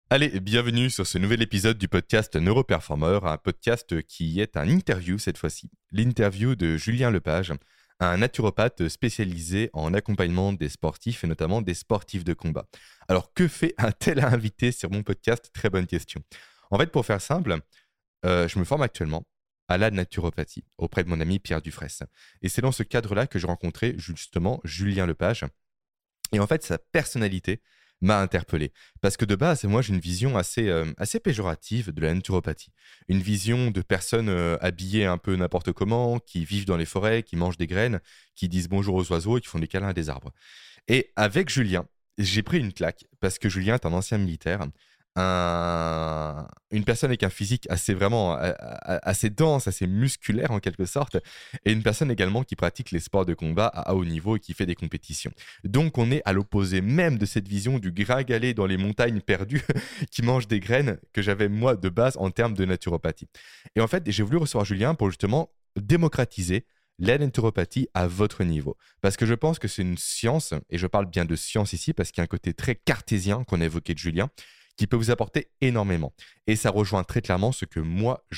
Allez, bienvenue sur ce nouvel épisode du podcast Neuroperformer, un podcast qui est un interview cette fois-ci. L'interview de Julien Lepage, un naturopathe spécialisé en accompagnement des sportifs et notamment des sportifs de combat. Alors, que fait un tel invité sur mon podcast? Très bonne question. En fait, pour faire simple, je me forme actuellement à la naturopathie auprès de mon ami Pierre Dufraisse. Et c'est dans ce cadre-là que j'ai rencontré justement Julien Lepage. Et en fait, sa personnalité m'a interpellé. Parce que de base, moi, j'ai une vision assez péjorative de la naturopathie. Une vision de personnes habillées un peu n'importe comment, qui vivent dans les forêts, qui mangent des graines, qui disent bonjour aux oiseaux et qui font des câlins à des arbres. Et avec Julien, j'ai pris une claque parce que Julien est un ancien militaire, une personne avec un physique assez dense, assez musculaire en quelque sorte, et une personne également qui pratique les sports de combat à haut niveau et qui fait des compétitions. Donc on est à l'opposé même de cette vision du gringalet dans les montagnes perdues qui mange des graines que j'avais moi de base en termes de naturopathie. Et en fait, j'ai voulu recevoir Julien pour justement démocratiser la naturopathie à votre niveau. Parce que je pense que c'est une science, et je parle bien de science ici, parce qu'il y a un côté très cartésien qu'on a évoqué de Julien, qui peut vous apporter énormément. Et ça rejoint très clairement ce que moi,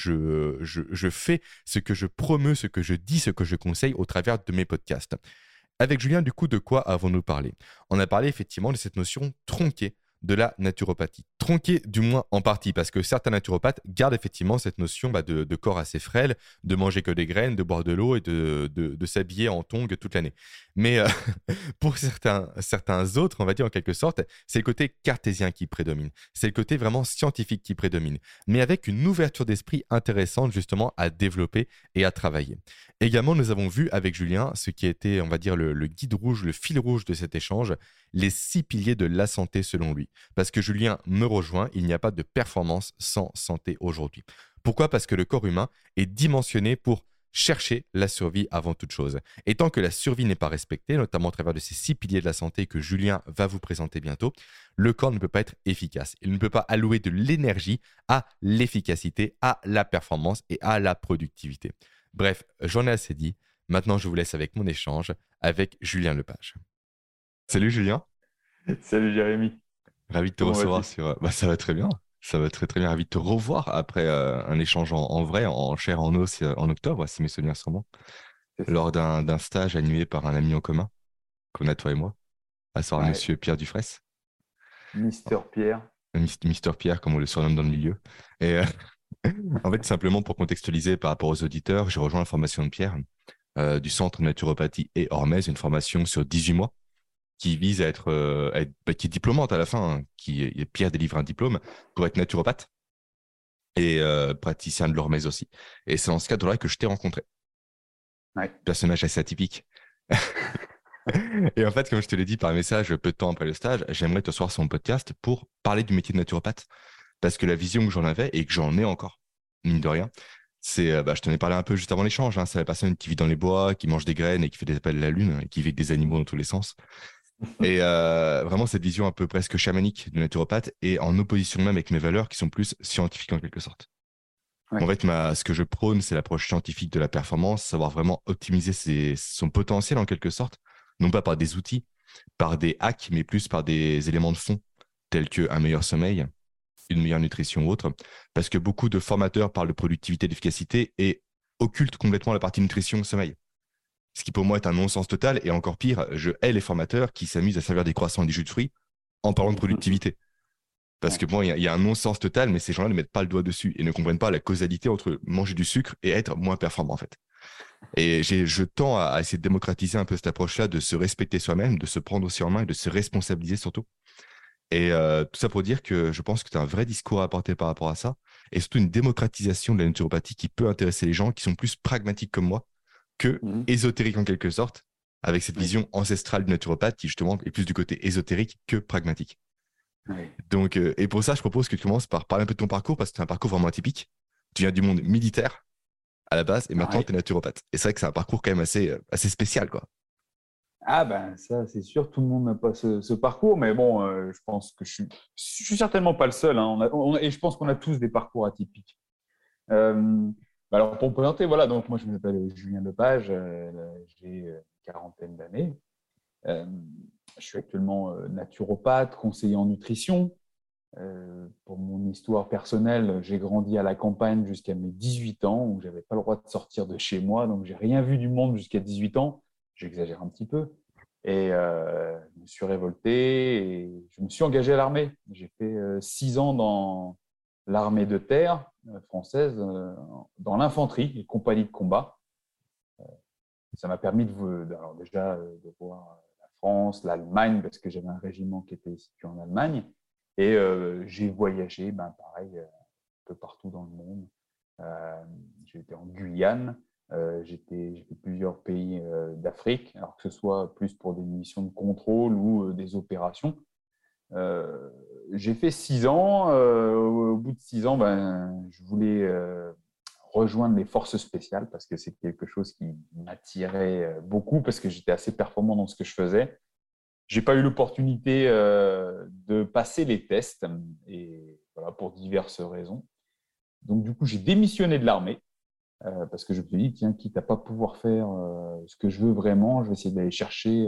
je fais, ce que je promeux, ce que je dis, ce que je conseille au travers de mes podcasts. Avec Julien, du coup, de quoi avons-nous parlé? On a parlé effectivement de cette notion tronquée de la naturopathie. Tronquée du moins en partie, parce que certains naturopathes gardent effectivement cette notion de corps assez frêle, de manger que des graines, de boire de l'eau et de s'habiller en tongs toute l'année. Mais pour certains autres, on va dire en quelque sorte, c'est le côté cartésien qui prédomine. C'est le côté vraiment scientifique qui prédomine, mais avec une ouverture d'esprit intéressante justement à développer et à travailler. Également, nous avons vu avec Julien ce qui était, on va dire, le guide rouge, le fil rouge de cet échange, les 6 piliers de la santé selon lui. Parce que Julien me rejoint, il n'y a pas de performance sans santé aujourd'hui. Pourquoi? Parce que le corps humain est dimensionné pour chercher la survie avant toute chose. Et tant que la survie n'est pas respectée, notamment au travers de ces 6 piliers de la santé que Julien va vous présenter bientôt, le corps ne peut pas être efficace. Il ne peut pas allouer de l'énergie à l'efficacité, à la performance et à la productivité. Bref, j'en ai assez dit. Maintenant, je vous laisse avec mon échange avec Julien Lepage. Salut Julien, Salut Jérémy, ravi de te comment recevoir vas-tu? sur... Bah, ça va très bien, ça va très très bien. Ravi de te revoir après un échange en vrai, en chair, en os, en octobre, si mes souvenirs sont bons, C'est ça. lors d'un stage animé par un ami en commun, qu'on a toi et moi, à savoir Ouais, Monsieur Pierre Dufraisse, Mister Pierre. Mister Pierre comme on le surnomme dans le milieu. Et en fait, simplement pour contextualiser par rapport aux auditeurs, j'ai rejoint la formation de Pierre du Centre Naturopathie et Hormèse, une formation sur 18 mois qui vise qui est diplômante à la fin, hein, Pierre délivre un diplôme pour être naturopathe et praticien de l'hormèse aussi. Et c'est dans ce cadre-là que je t'ai rencontré. Ouais. Personnage assez atypique. Et en fait, comme je te l'ai dit par message peu de temps après le stage, j'aimerais te recevoir sur mon podcast pour parler du métier de naturopathe. Parce que la vision que j'en avais et que j'en ai encore, mine de rien, je t'en ai parlé un peu juste avant l'échange, hein, c'est la personne qui vit dans les bois, qui mange des graines et qui fait des appels à la lune, et qui vit avec des animaux dans tous les sens. Et vraiment cette vision un peu presque chamanique du naturopathe et en opposition même avec mes valeurs qui sont plus scientifiques en quelque sorte. En Ouais. fait, ce que je prône, c'est l'approche scientifique de la performance, savoir vraiment optimiser son potentiel en quelque sorte, non pas par des outils, par des hacks, mais plus par des éléments de fond, tels qu'un meilleur sommeil, une meilleure nutrition ou autre. Parce que beaucoup de formateurs parlent de productivité, d'efficacité et occultent complètement la partie nutrition, sommeil. Ce qui pour moi est un non-sens total. Et encore pire, je hais les formateurs qui s'amusent à servir des croissants et des jus de fruits en parlant de productivité. Parce Ouais. que bon, il y a un non-sens total, mais ces gens-là ne mettent pas le doigt dessus et ne comprennent pas la causalité entre manger du sucre et être moins performant en fait. Et je tends à essayer de démocratiser un peu cette approche-là, de se respecter soi-même, de se prendre aussi en main et de se responsabiliser surtout. Et tout ça pour dire que je pense que tu as un vrai discours à apporter par rapport à ça, et surtout une démocratisation de la naturopathie qui peut intéresser les gens qui sont plus pragmatiques comme moi que Mhm. ésotériques en quelque sorte, avec cette Oui. vision ancestrale du naturopathe qui justement est plus du côté ésotérique que pragmatique. Oui. Donc, et pour ça, je propose que tu commences par parler un peu de ton parcours, parce que c'est un parcours vraiment atypique. Tu viens du monde militaire à la base, et maintenant Ouais. tu es naturopathe. Et c'est vrai que c'est un parcours quand même assez spécial, quoi. Ah ben ça, c'est sûr, tout le monde n'a pas ce parcours, mais bon, je pense que je suis certainement pas le seul, hein. Et je pense qu'on a tous des parcours atypiques. Euh, alors pour me présenter, voilà, donc moi je m'appelle Julien Lepage, j'ai une quarantaine d'années. Euh, je suis actuellement naturopathe, conseiller en nutrition. Pour mon histoire personnelle, j'ai grandi à la campagne jusqu'à mes 18 ans, où je n'avais pas le droit de sortir de chez moi, donc j'ai rien vu du monde jusqu'à 18 ans. J'exagère un petit peu. Et je me suis révolté et je me suis engagé à l'armée. J'ai fait 6 ans dans l'armée de terre française, dans l'infanterie, les compagnies de combat. Ça m'a permis alors déjà de voir la France, l'Allemagne, parce que j'avais un régiment qui était situé en Allemagne. Et j'ai voyagé, pareil, un peu partout dans le monde. J'ai été en Guyane, j'ai fait plusieurs pays d'Afrique, alors que ce soit plus pour des missions de contrôle ou des opérations. J'ai fait 6 ans. Au bout de 6 ans, je voulais rejoindre les forces spéciales parce que c'est quelque chose qui m'attirait beaucoup parce que j'étais assez performant dans ce que je faisais. J'ai pas eu l'opportunité de passer les tests et voilà pour diverses raisons. Donc du coup, j'ai démissionné de l'armée parce que je me suis dit tiens, quitte à pas pouvoir faire ce que je veux vraiment, je vais essayer d'aller chercher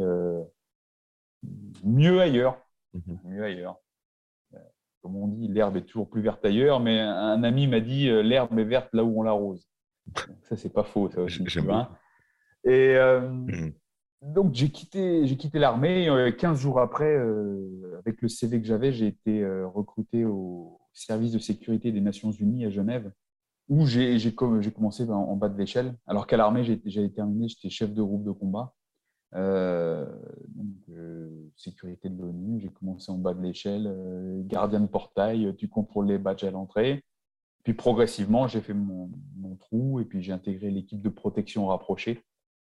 mieux ailleurs, mieux ailleurs. Comme on dit, l'herbe est toujours plus verte ailleurs, mais un ami m'a dit l'herbe est verte là où on l'arrose. Donc ça, c'est pas faux, ça aussi, tu J'aime vois. beaucoup. Et Mhm. donc, j'ai quitté l'armée. 15 jours après, avec le CV que j'avais, j'ai été recruté au service de sécurité des Nations Unies à Genève, où j'ai commencé en bas de l'échelle. Alors qu'à l'armée, j'avais terminé, j'étais chef de groupe de combat. Sécurité de l'ONU, j'ai commencé en bas de l'échelle, gardien de portail, tu contrôles les badges à l'entrée. Puis progressivement, j'ai fait mon trou et puis j'ai intégré l'équipe de protection rapprochée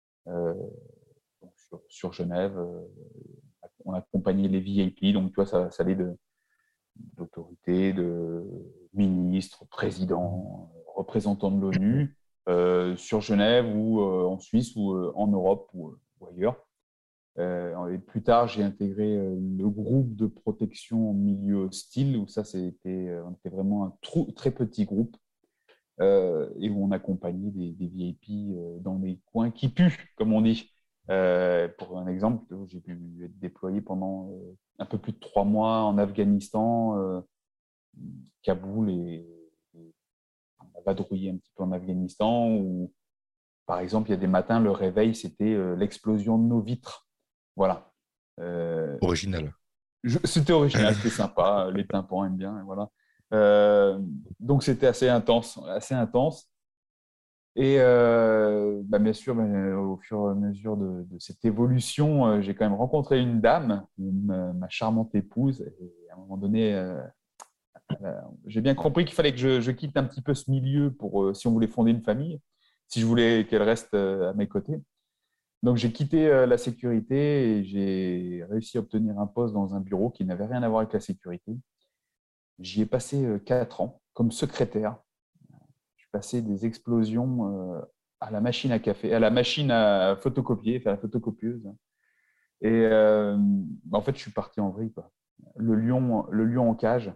sur Genève. On accompagnait les VIP, donc tu vois, ça allait d'autorités, de ministres, présidents, représentants de l'ONU sur Genève ou en Suisse ou en Europe ou ailleurs. Et plus tard, j'ai intégré le groupe de protection en milieu hostile, où ça, on était vraiment un très petit groupe, et où on accompagnait des VIP dans des coins qui puent, comme on dit. Pour un exemple, j'ai pu être déployé pendant un peu plus de 3 mois en Afghanistan, Kaboul, et on a vadrouillé un petit peu en Afghanistan, où, par exemple, il y a des matins, le réveil, c'était l'explosion de nos vitres. Voilà. Euh, Original. C'était original, c'était sympa, les tympans aiment bien, voilà. Euh, donc c'était assez intense, assez intense. Et bien sûr, au fur et à mesure de cette évolution, j'ai quand même rencontré une dame, ma charmante épouse. Et à un moment donné, j'ai bien compris qu'il fallait que je quitte un petit peu ce milieu pour si on voulait fonder une famille, si je voulais qu'elle reste à mes côtés. Donc j'ai quitté la sécurité et j'ai réussi à obtenir un poste dans un bureau qui n'avait rien à voir avec la sécurité. J'y ai passé 4 ans comme secrétaire. Je passais des explosions à la machine à café, à la machine à photocopier, faire la photocopieuse. Et en fait, je suis parti en vrille, quoi. Le lion en cage,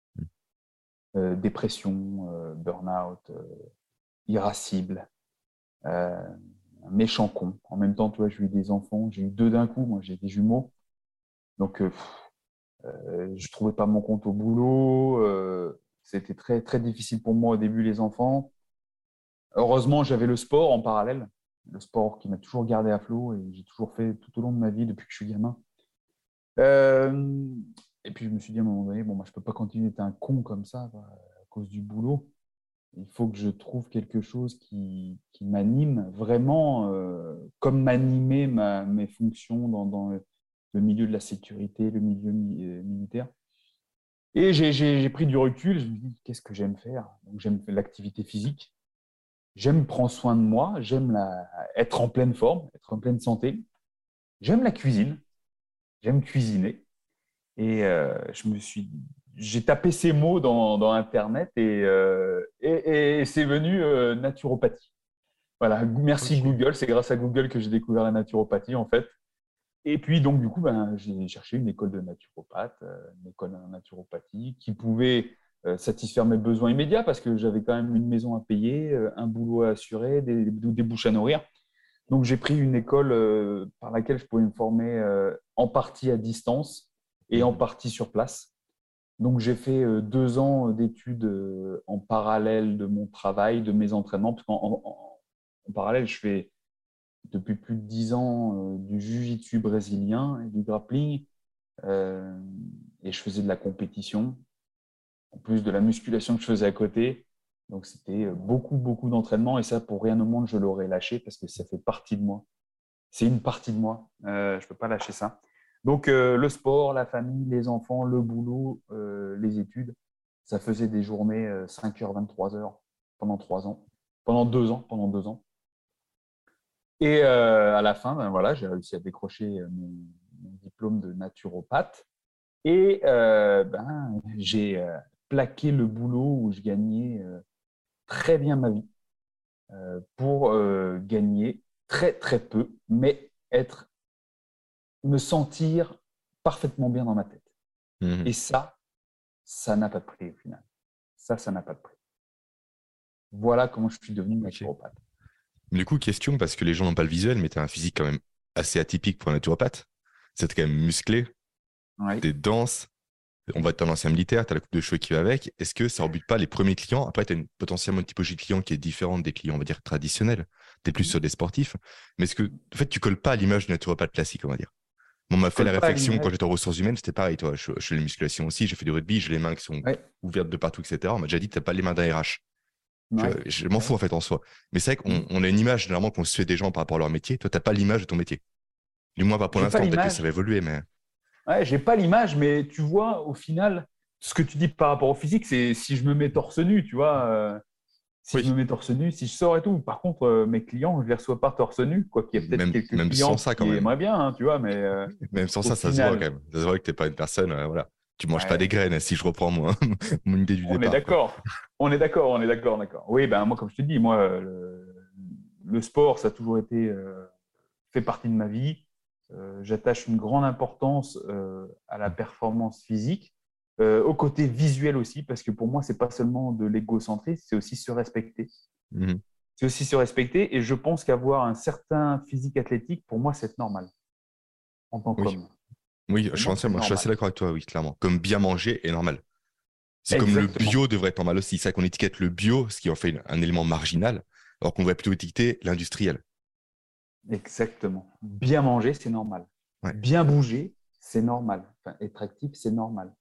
dépression, burn-out, irascible, euh, un méchant con. En même temps, tu vois, j'ai eu des enfants, j'ai eu deux d'un coup, moi j'ai des jumeaux. Donc, je trouvais pas mon compte au boulot. C'était très, très difficile pour moi au début, les enfants. Heureusement, j'avais le sport en parallèle. Le sport qui m'a toujours gardé à flot et j'ai toujours fait tout au long de ma vie depuis que je suis gamin. Euh, et puis, je me suis dit à un moment donné, bon, moi, je peux pas continuer d'être un con comme ça quoi, à cause du boulot. Il faut que je trouve quelque chose qui m'anime vraiment, comme m'animer mes fonctions dans le milieu de la sécurité, le milieu militaire. Et j'ai pris du recul, je me dis, qu'est-ce que j'aime faire? Donc, j'aime l'activité physique, j'aime prendre soin de moi, être en pleine forme, être en pleine santé. J'aime la cuisine, j'aime cuisiner. Et j'ai tapé ces mots dans Internet et c'est venu naturopathie. Voilà, merci Ok. Google, c'est grâce à Google que j'ai découvert la naturopathie en fait. Et puis donc du coup, j'ai cherché une école de naturopathe, une école en naturopathie qui pouvait satisfaire mes besoins immédiats parce que j'avais quand même une maison à payer, un boulot à assurer, des bouches à nourrir. Donc j'ai pris une école par laquelle je pouvais me former en partie à distance et en Mhm. partie sur place. Donc, j'ai fait 2 ans d'études en parallèle de mon travail, de mes entraînements, parce qu'en parallèle, je fais depuis plus de 10 ans du jiu-jitsu brésilien et du grappling, euh, et je faisais de la compétition, en plus de la musculation que je faisais à côté. Donc, c'était beaucoup, beaucoup d'entraînement, et ça, pour rien au monde, je l'aurais lâché parce que ça fait partie de moi. C'est une partie de moi. Je ne peux pas lâcher ça. Donc, le sport, la famille, les enfants, le boulot, les études, ça faisait des journées 5h, 23h pendant 3 ans, pendant 2 ans. Et à la fin, ben voilà, j'ai réussi à décrocher mon diplôme de naturopathe. Et ben, j'ai plaqué le boulot où je gagnais très bien ma vie pour gagner très, très peu, mais me sentir parfaitement bien dans ma tête. Mhm. Et ça n'a pas de prix au final. Ça n'a pas de prix. Voilà comment je suis devenu Ok. naturopathe. Du coup, question, parce que les gens n'ont pas le visuel, mais tu as un physique quand même assez atypique pour un naturopathe. C'est quand même musclé, Oui. t'es dense, on va être un ancien militaire, tu as la coupe de cheveux qui va avec. Est-ce que ça rebute pas les premiers clients? Après, tu as potentiellement une typologie de client qui est différente des clients, on va dire, traditionnels. Tu es plus sur des sportifs. Mais est-ce que, en fait, tu colles pas à l'image du naturopathe classique, on va dire? On m'a Je fait la colle pas à réflexion quand l'image. j'étais en ressources humaines, c'était pareil, toi. Je fais les musculations aussi, j'ai fait du rugby, j'ai les mains qui sont Oui. ouvertes de partout, etc. On m'a déjà dit, t'as pas les mains d'un RH. Je, Ouais. je m'en fous Ouais. en fait en soi. Mais c'est vrai qu'on a une image généralement qu'on se fait des gens par rapport à leur métier. Toi, t'as pas l'image de ton métier. Du moins pas pour J'ai pas l'instant. Peut-être que ça va l'image. évoluer, mais Ouais, j'ai pas l'image, mais tu vois, au final, ce que tu dis par rapport au physique, c'est si je me mets torse nu, tu vois. Si je me oui. mets torse nu, si je sors et tout. Par contre, mes clients, je les reçois pas torse nu, quoi qu'il y ait peut-être quelques Même sans clients ça quand qui même. aimeraient bien, hein, tu vois, mais Même sans au ça, ça se voit quand final, même. Ça se voit que t'es pas une personne, voilà. Tu manges pas des ouais, graines si je reprends mon idée du on est départ, quoi. d'accord. On est d'accord, on est d'accord, d'accord. Oui, ben moi, comme je te dis, moi, le sport, ça a toujours été fait partie de ma vie. J'attache une grande importance à la performance physique, au côté visuel aussi, parce que pour moi, c'est pas seulement de l'égocentrisme, c'est aussi se respecter. Mhm. C'est aussi se respecter, et je pense qu'avoir un certain physique athlétique, pour moi, c'est normal en tant Oui. qu'homme. Oui, Pour moi, c'est je suis assez normal. d'accord avec toi, oui, clairement. Comme bien manger est normal. C'est comme le Exactement. bio devrait être normal aussi. C'est ça qu'on étiquette le bio, ce qui en fait un élément marginal, alors qu'on devrait plutôt étiqueter l'industriel. Exactement. Bien manger, c'est normal. Ouais. Bien bouger, c'est normal. Enfin, être actif, c'est normal.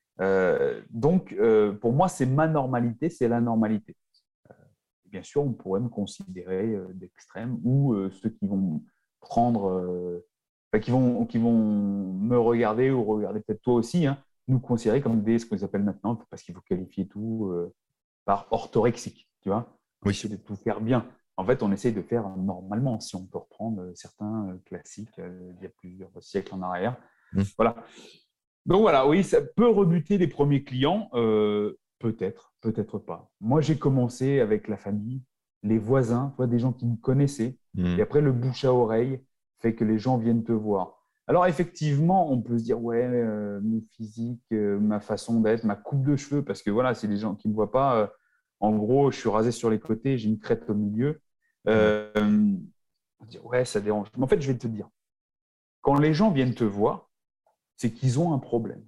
Donc, pour moi, c'est ma normalité, c'est la normalité. Bien sûr, on pourrait me considérer d'extrême, ou ceux qui vont prendre, enfin, qui vont me regarder, ou regarder peut-être toi aussi, hein, nous considérer comme ce qu'on appelle maintenant, parce qu'il faut qualifier tout par orthorexique, tu vois. On Oui. essaie de tout faire bien. En fait, on essaie de faire normalement, si on peut reprendre certains classiques il y a plusieurs siècles en arrière. Mhm. Voilà. Donc voilà, oui, ça peut rebuter les premiers clients, peut-être, peut-être pas. Moi, j'ai commencé avec la famille, les voisins, toi, des gens qui me connaissaient, et Mhm. après, le bouche à oreille fait que les gens viennent te voir. Alors, effectivement, on peut se dire, ouais, mon physique, ma façon d'être, ma coupe de cheveux, parce que voilà, c'est les gens qui ne me voient pas. En gros, je suis rasé sur les côtés, j'ai une crête au milieu. Mhm. Euh, on va dire, ouais, ça dérange. Mais en fait, je vais te dire, quand les gens viennent te voir, c'est qu'ils ont un problème.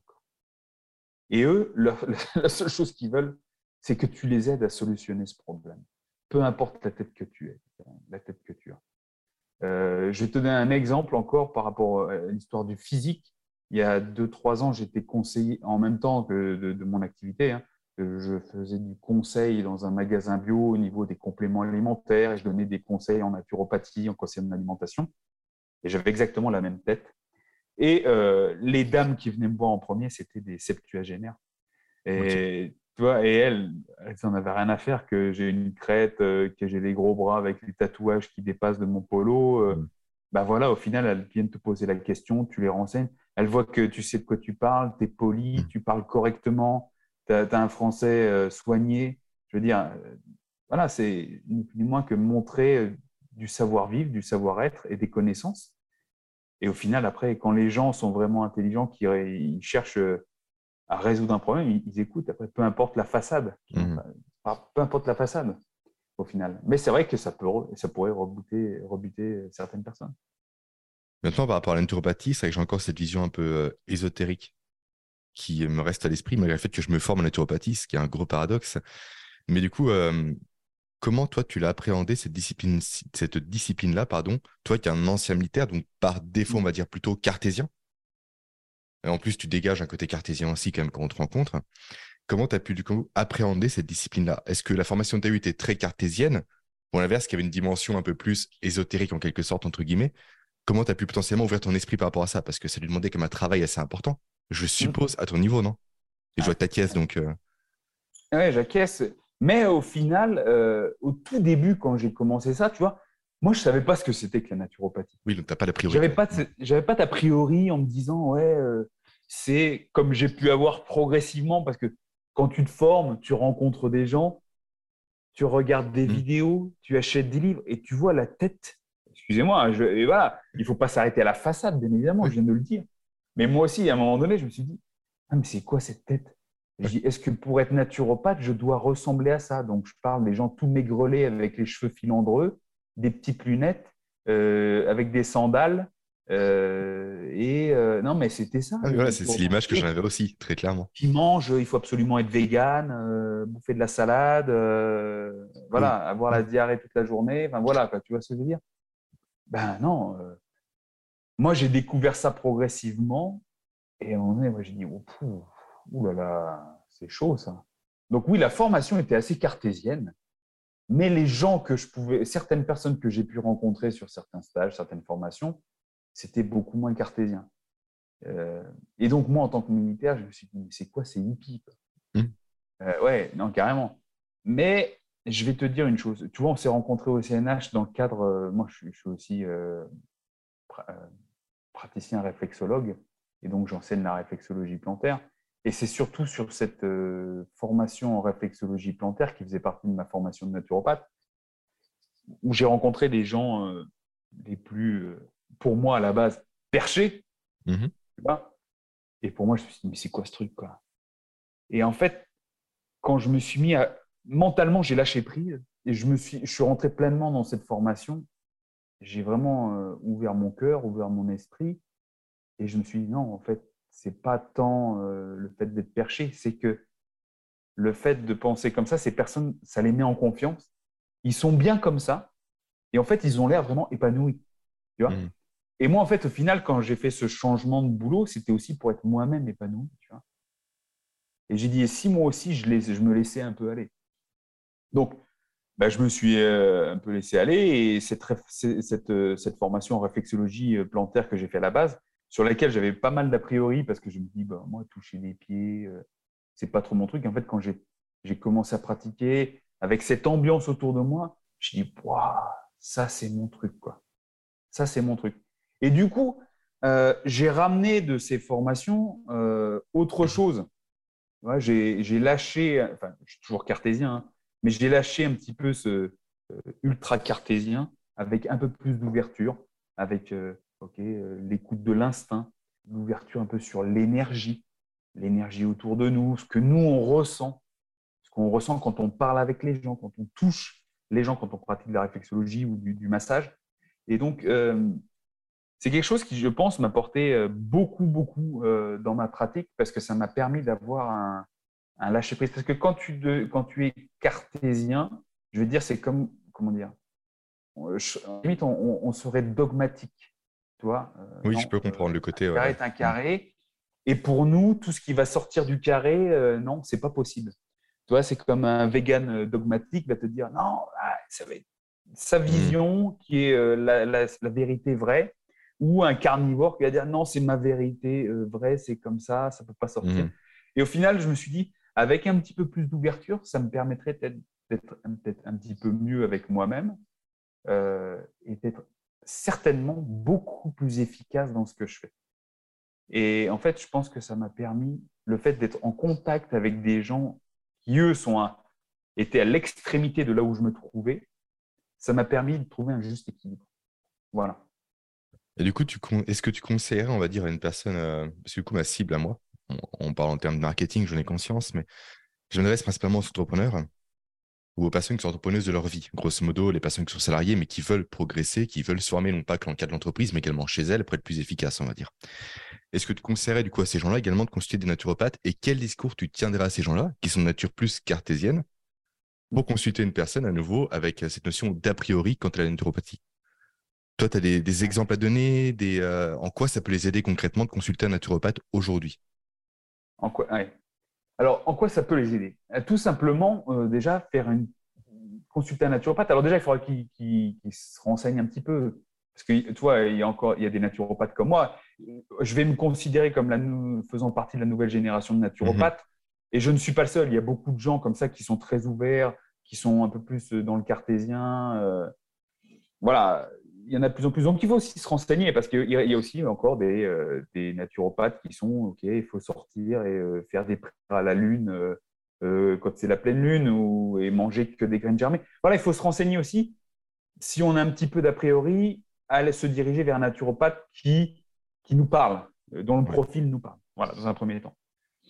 Et eux, la seule chose qu'ils veulent, c'est que tu les aides à solutionner ce problème. Peu importe la tête que tu es, la tête que tu as. Je vais te donner un exemple encore par rapport à l'histoire du physique. Il y a 2, 3 ans, j'étais conseiller en même temps que de mon activité, hein. Je faisais du conseil dans un magasin bio au niveau des compléments alimentaires, et je donnais des conseils en naturopathie, en conseil en alimentation. Et j'avais exactement la même tête. Et les dames qui venaient me voir en premier, c'était des septuagénaires. Ok. Et tu vois, et elles n'en avaient rien à faire que j'ai une crête, que j'ai des gros bras avec les tatouages qui dépassent de mon polo. Mhm. Bah voilà, au final, elles viennent te poser la question, tu les renseignes. Elles voient que tu sais de quoi tu parles, tu es poli, Mhm. tu parles correctement, tu as un français soigné. Je veux dire, voilà, c'est ni plus ni moins que montrer du savoir-vivre, du savoir-être et des connaissances. Et au final, après, quand les gens sont vraiment intelligents, ils cherchent à résoudre un problème, ils écoutent. Après, peu importe la façade, Mhm. peu importe la façade au final. Mais c'est vrai que ça pourrait rebuter certaines personnes. Maintenant, par rapport à la naturopathie, c'est vrai que j'ai encore cette vision un peu ésotérique qui me reste à l'esprit, malgré le fait que je me forme en naturopathie, ce qui est un gros paradoxe. Mais du coup, comment toi, tu l'as appréhendé, cette discipline-là, pardon, toi qui es un ancien militaire, donc par défaut, on va dire plutôt cartésien. Et en plus, tu dégages un côté cartésien aussi, quand même, quand on te rencontre. Comment tu as pu, du coup, appréhender cette discipline-là? Est-ce que la formation que tu as eue était très cartésienne, ou à l'inverse, qu'il y avait une dimension un peu plus ésotérique, en quelque sorte, entre guillemets? Comment tu as pu potentiellement ouvrir ton esprit par rapport à ça? Parce que ça lui demandait comme un travail assez important, je Mm. suppose, à ton niveau, non? Et je vois Ouais. ta caisse, donc... Ouais, j'acquiesce. Mais au final, au tout début, quand j'ai commencé ça, tu vois, moi, je savais pas ce que c'était que la naturopathie. Oui, donc tu n'as pas d'a priori. J'avais pas d'a priori en me disant, ouais, c'est comme j'ai pu avoir progressivement, parce que quand tu te formes, tu rencontres des gens, tu regardes des Mm. vidéos, tu achètes des livres et tu vois la tête. Excusez-moi, et voilà, il faut pas s'arrêter à la façade, bien évidemment, Oui, je viens de le dire. Mais moi aussi, à un moment donné, je me suis dit, ah, mais c'est quoi cette tête? Je oui. dis, est-ce que pour être naturopathe, je dois ressembler à ça? Donc, je parle des gens tout maigrelés avec les cheveux filandreux, des petites lunettes, avec des sandales. Non, mais c'était ça, Ah, mais le voilà, c'est naturopathe. l'image que j'en avais aussi, très clairement. Qui mange, il faut absolument être vegan, bouffer de la salade, Oui. voilà, avoir Mm. la diarrhée toute la journée. Enfin, voilà, quoi, tu vois ce que je veux dire? Ben non, moi j'ai découvert ça progressivement et à un moment donné, moi j'ai dit, oh, ouh là là, c'est chaud ça. Donc oui, la formation était assez cartésienne, mais les gens que je pouvais, certaines personnes que j'ai pu rencontrer sur certains stages, certaines formations, c'était beaucoup moins cartésien. Euh, et donc moi, en tant que militaire, je me suis dit, mais c'est quoi ces hippies, quoi? Mm. Ouais, non, carrément. Mais je vais te dire une chose. Tu vois, on s'est rencontrés au CNH dans le cadre. Moi, je suis aussi praticien réflexologue et donc j'enseigne la réflexologie plantaire. Et c'est surtout sur cette formation en réflexologie plantaire qui faisait partie de ma formation de naturopathe où j'ai rencontré des gens les plus, pour moi à la base, perchés. Mhm. Tu vois. Et pour moi, je me suis dit, mais c'est quoi ce truc, quoi? Et en fait, quand je me suis mis à. Mentalement, j'ai lâché prise et je suis rentré pleinement dans cette formation. J'ai vraiment ouvert mon cœur, ouvert mon esprit et je me suis dit non, en fait, c'est pas tant le fait d'être perché, c'est que le fait de penser comme ça, ces personnes, ça les met en confiance. Ils sont bien comme ça et en fait, ils ont l'air vraiment épanouis. Tu vois. Mm. Et moi, en fait, au final, quand j'ai fait ce changement de boulot, c'était aussi pour être moi-même épanoui. Tu vois. Et j'ai dit, et si moi aussi, je me laissais un peu aller. Donc, bah, je me suis un peu laissé aller et cette formation en réflexologie plantaire que j'ai fait à la base, sur laquelle j'avais pas mal d'a priori parce que je me dis, bah, moi, toucher les pieds, c'est pas trop mon truc. En fait, quand j'ai commencé à pratiquer avec cette ambiance autour de moi, je dis, waouh, ça, c'est mon truc, quoi. Ça, c'est mon truc. Et du coup, j'ai ramené de ces formations autre chose. Ouais, j'ai lâché, enfin, je suis toujours cartésien, hein, mais j'ai lâché un petit peu ce ultra cartésien avec un peu plus d'ouverture, avec l'écoute de l'instinct, l'ouverture un peu sur l'énergie, l'énergie autour de nous, ce que nous on ressent, ce qu'on ressent quand on parle avec les gens, quand on touche les gens, quand on pratique de la réflexologie ou du massage. Et donc, c'est quelque chose qui, je pense, m'a porté beaucoup, beaucoup dans ma pratique parce que ça m'a permis d'avoir un lâcher-prise. Parce que quand tu es cartésien, je veux dire, c'est comme, comment dire, limite, on serait dogmatique. Tu vois, Oui, je non, peux comprendre le un côté. carré est un carré. Et pour nous, tout ce qui va sortir du carré, non, c'est pas possible. Tu vois, c'est comme un vegan dogmatique va te dire non, ça va être sa Mm. vision qui est la vérité vraie, ou un carnivore qui va dire non, c'est ma vérité vraie, c'est comme ça peut pas sortir. Mm. Et au final, je me suis dit, avec un petit peu plus d'ouverture, ça me permettrait d'être peut-être un petit peu mieux avec moi-même et d'être certainement beaucoup plus efficace dans ce que je fais. Et en fait, je pense que ça m'a permis, le fait d'être en contact avec des gens qui, eux, étaient à l'extrémité de là où je me trouvais, ça m'a permis de trouver un juste équilibre. Voilà. Et du coup, est-ce que tu conseillerais, on va dire, à une personne, parce que du coup, ma cible à moi, on parle en termes de marketing, j'en ai conscience, mais je m'adresse principalement aux entrepreneurs ou aux personnes qui sont entrepreneuses de leur vie. Grosso modo, les personnes qui sont salariées, mais qui veulent progresser, qui veulent se former, non pas que dans le cadre de l'entreprise, mais également chez elles pour être plus efficaces, on va dire. est-ce que tu conseillerais du coup à ces gens-là également de consulter des naturopathes et quel discours tu tiendrais à ces gens-là, qui sont de nature plus cartésienne, pour consulter une personne à nouveau avec cette notion d'a priori quant à la naturopathie? Toi, tu as des exemples à donner, en quoi ça peut les aider concrètement de consulter un naturopathe aujourd'hui? En quoi, ouais. Alors, en quoi ça peut les aider? Tout simplement, déjà, consulter un naturopathe. Alors déjà, il faudra qu'il se renseigne un petit peu. Parce que, tu vois, il y a des naturopathes comme moi. Je vais me considérer comme faisant partie de la nouvelle génération de Mhm. naturopathes. Et je ne suis pas le seul. Il y a beaucoup de gens comme ça qui sont très ouverts, qui sont un peu plus dans le cartésien. Voilà, il y en a de plus en plus. Donc, il faut aussi se renseigner parce qu'il y a aussi encore des naturopathes qui sont, OK, il faut sortir et faire des prières à la lune quand c'est la pleine lune et manger que des graines germées. Voilà, il faut se renseigner aussi. Si on a un petit peu d'a priori, aller se diriger vers un naturopathe qui nous parle, dont le Ouais. profil nous parle. Voilà, dans un premier temps.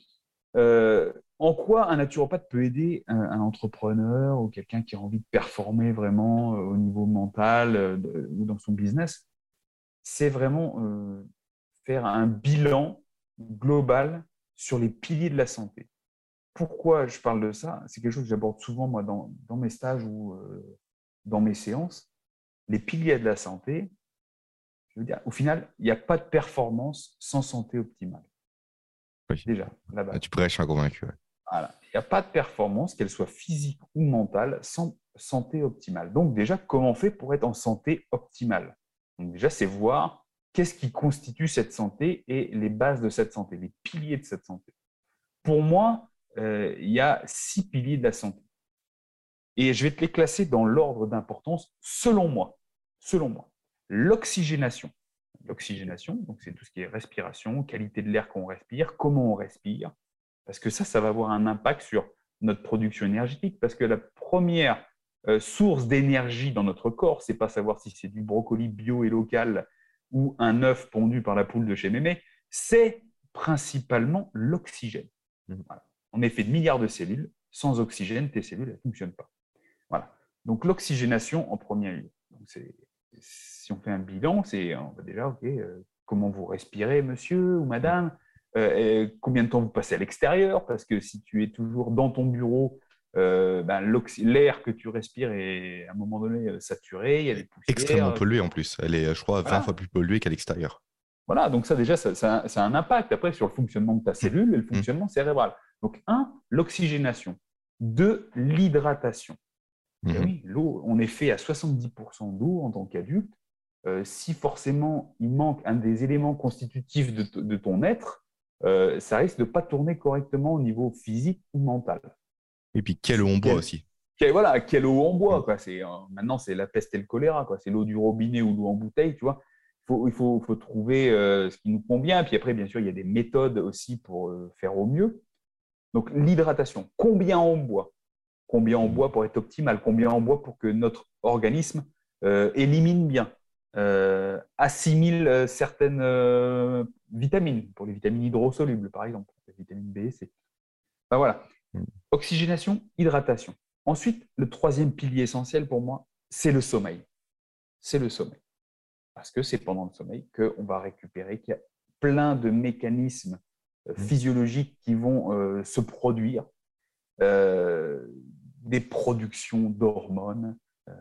En quoi un naturopathe peut aider un entrepreneur ou quelqu'un qui a envie de performer vraiment au niveau mental ou dans son business? C'est vraiment faire un bilan global sur les piliers de la santé. Pourquoi je parle de ça? C'est quelque chose que j'aborde souvent moi dans mes stages ou dans mes séances. Les piliers de la santé, je veux dire, au final, il n'y a pas de performance sans santé optimale. Oui. Déjà, la Ah, base. tu prêches un convaincu. Ouais. Voilà. Il n'y a pas de performance, qu'elle soit physique ou mentale, sans santé optimale. Donc déjà, comment on fait pour être en santé optimale? Donc déjà, c'est voir qu'est-ce qui constitue cette santé et les bases de cette santé, les piliers de cette santé. Pour moi, il y a 6 piliers de la santé. Et je vais te les classer dans l'ordre d'importance selon moi. Selon moi. L'oxygénation. L'oxygénation, donc c'est tout ce qui est respiration, qualité de l'air qu'on respire, comment on respire, parce que ça va avoir un impact sur notre production énergétique, parce que la première source d'énergie dans notre corps, c'est pas savoir si c'est du brocoli bio et local ou un œuf pondu par la poule de chez Mémé, c'est principalement l'oxygène. Mhm. Voilà. On est fait de milliards de cellules. Sans oxygène, tes cellules ne fonctionnent pas. Voilà. Donc l'oxygénation en premier lieu. Donc, si on fait un bilan, on va déjà, OK, comment vous respirez, monsieur ou madame, combien de temps vous passez à l'extérieur, parce que si tu es toujours dans ton bureau, l'air que tu respires est à un moment donné saturé, il y a des Extrêmement poussières. polluée en plus. Elle est, je crois, 20 fois Voilà. plus polluée qu'à l'extérieur. Voilà, donc ça déjà, ça a un impact après sur le fonctionnement de ta cellule et le Mhm. fonctionnement cérébral. Donc, l'oxygénation. Deux, l'hydratation. Et Mhm. oui, l'eau, on est fait à 70% d'eau en tant qu'adulte. Si forcément il manque un des éléments constitutifs de ton être, ça risque de ne pas tourner correctement au niveau physique ou mental. Et puis, quelle eau on boit aussi. Voilà, quelle eau on boit, Mhm. quoi. Maintenant, c'est la peste et le choléra, quoi. C'est l'eau du robinet ou l'eau en bouteille, tu vois. Il faut trouver ce qui nous convient. Puis après, bien sûr, il y a des méthodes aussi pour faire au mieux. Donc, l'hydratation, combien on boit? Combien on Mhm. boit pour être optimal? Combien on boit pour que notre organisme élimine bien, assimile certaines vitamines, pour les vitamines hydrosolubles, par exemple, la vitamine B et C. Ben voilà. Oxygénation, hydratation. Ensuite, le troisième pilier essentiel pour moi, c'est le sommeil. C'est le sommeil. Parce que c'est pendant le sommeil qu'on va récupérer, qu'il y a plein de mécanismes Mhm. physiologiques qui vont se produire, euh, des productions d'hormones,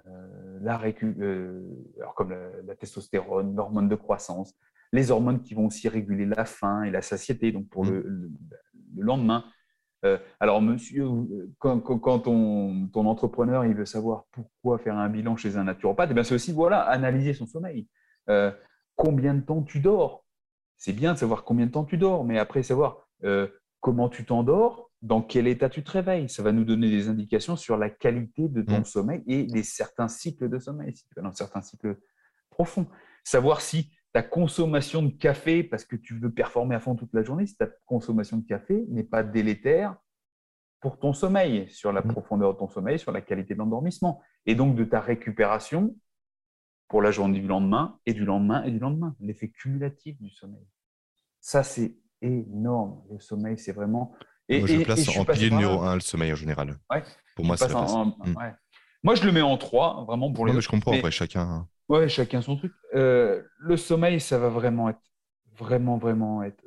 alors comme la testostérone, l'hormone de croissance, les hormones qui vont aussi réguler la faim et la satiété, donc pour Mhm. le lendemain. Alors, monsieur, quand ton entrepreneur il veut savoir pourquoi faire un bilan chez un naturopathe, eh c'est aussi voilà, analyser son sommeil. Euh, Combien de temps tu dors? C'est bien de savoir combien de temps tu dors, mais après savoir comment tu t'endors, dans quel état tu te réveilles. Ça va nous donner des indications sur la qualité de ton Mhm. sommeil et certains cycles de sommeil, si tu es dans certains cycles profonds. Savoir si ta consommation de café, parce que tu veux performer à fond toute la journée, si ta consommation de café n'est pas délétère pour ton sommeil, sur la Mhm. profondeur de ton sommeil, sur la qualité de l'endormissement, et donc de ta récupération pour la journée du lendemain, et du lendemain, et du lendemain. L'effet cumulatif du sommeil. Ça, c'est énorme. Le sommeil, c'est vraiment. Moi, je le Et place je suis en passé pilier par numéro là. un, le sommeil en général. Ouais, Pour tu moi, le c'est passes la base. ouais. Moi, je le mets en trois, vraiment pour les Non, mais autres. je comprends, après, Mais chacun. ouais, chacun son truc. Le sommeil, ça va vraiment être vraiment, vraiment être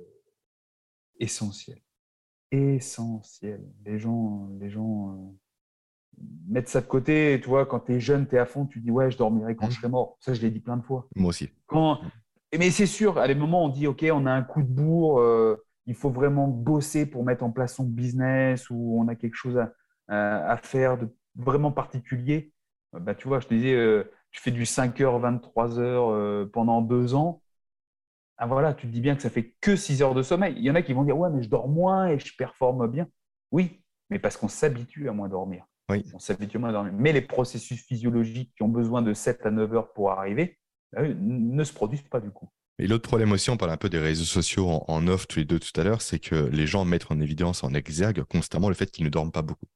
essentiel. Essentiel. Les gens mettent ça de côté. Tu vois, quand tu es jeune, tu es à fond, tu dis ouais, je dormirai quand je serai mort. Ça, je l'ai dit plein de fois. Moi aussi. Quand... Mais c'est sûr, à des moments, on dit ok, on a un coup de bourre, il faut vraiment bosser pour mettre en place son business ou on a quelque chose à faire de vraiment particulier. Bah, tu vois, je te disais, tu fais du 5h, 23h pendant 2 ans. Ah voilà, tu te dis bien que ça fait que 6 heures de sommeil. Il y en a qui vont dire, ouais, mais je dors moins et je performe bien. Oui, mais parce qu'on s'habitue à moins dormir. Oui. On s'habitue à moins dormir. Mais les processus physiologiques qui ont besoin de 7 à 9 heures pour arriver ne se produisent pas du coup. Et l'autre problème aussi, on parle un peu des réseaux sociaux en off tous les deux tout à l'heure, c'est que les gens mettent en évidence, en exergue constamment le fait qu'ils ne dorment pas beaucoup.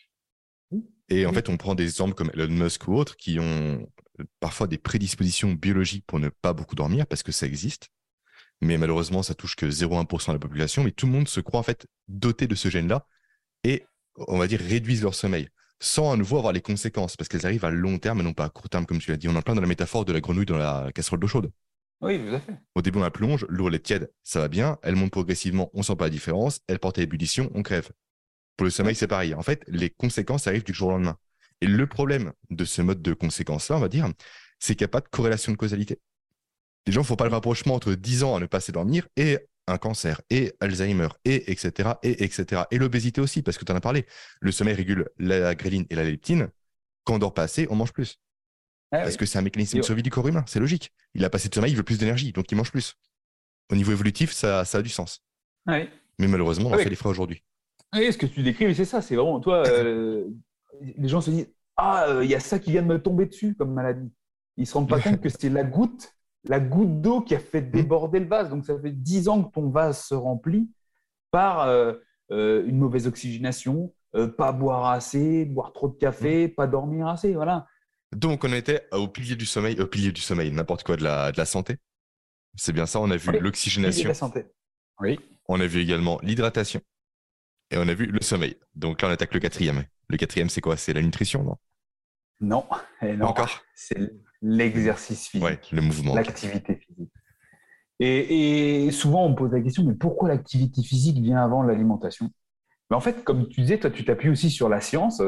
Et en fait, on prend des exemples comme Elon Musk ou autres qui ont parfois des prédispositions biologiques pour ne pas beaucoup dormir parce que ça existe. Mais malheureusement, ça touche que 0,1% de la population. Mais tout le monde se croit en fait doté de ce gène-là et, on va dire, réduisent leur sommeil sans à nouveau avoir les conséquences parce qu'elles arrivent à long terme et non pas à court terme, comme tu l'as dit. On est en plein dans la métaphore de la grenouille dans la casserole d'eau chaude. Oui, tout à fait. Au début, on la plonge, l'eau elle est tiède, ça va bien. Elle monte progressivement, on sent pas la différence. Elle porte à l'ébullition, on crève. Pour le sommeil, c'est pareil. En fait, les conséquences arrivent du jour au lendemain. Et le problème de ce mode de conséquence-là, on va dire, c'est qu'il n'y a pas de corrélation de causalité. Les gens ne font pas le rapprochement entre 10 ans à ne pas s'endormir et un cancer, et Alzheimer, et etc., et etc. Et l'obésité aussi, parce que tu en as parlé. Le sommeil régule la gréline et la leptine. Quand on dort pas assez, on mange plus. Ah, Parce oui. que c'est un mécanisme de survie du corps humain, c'est logique. Il a pas assez de sommeil, il veut plus d'énergie, donc il mange plus. Au niveau évolutif, ça a du sens. Ah, oui. Mais malheureusement, on en fait les frais aujourd'hui. Oui, ce que tu décris, c'est ça, c'est vraiment, toi, les gens se disent, ah, il y a ça qui vient de me tomber dessus comme maladie. Ils ne se rendent pas compte que c'est la goutte d'eau qui a fait déborder le vase. Donc, ça fait 10 ans que ton vase se remplit par une mauvaise oxygénation, pas boire assez, boire trop de café, pas dormir assez, voilà. Donc, on était au pilier du sommeil, n'importe quoi de la santé. C'est bien ça, on a vu Oui, pilier de l'oxygénation, la santé. Oui. on a vu également l'hydratation et on a vu le sommeil. Donc là, on attaque le quatrième. Le quatrième, c'est quoi? C'est la nutrition, non? Non, et non, Encore? c'est l'exercice physique, Ouais, le mouvement. l'activité physique. Et souvent, on me pose la question, mais pourquoi l'activité physique vient avant l'alimentation? Mais en fait, comme tu disais, toi, tu t'appuies aussi sur la science.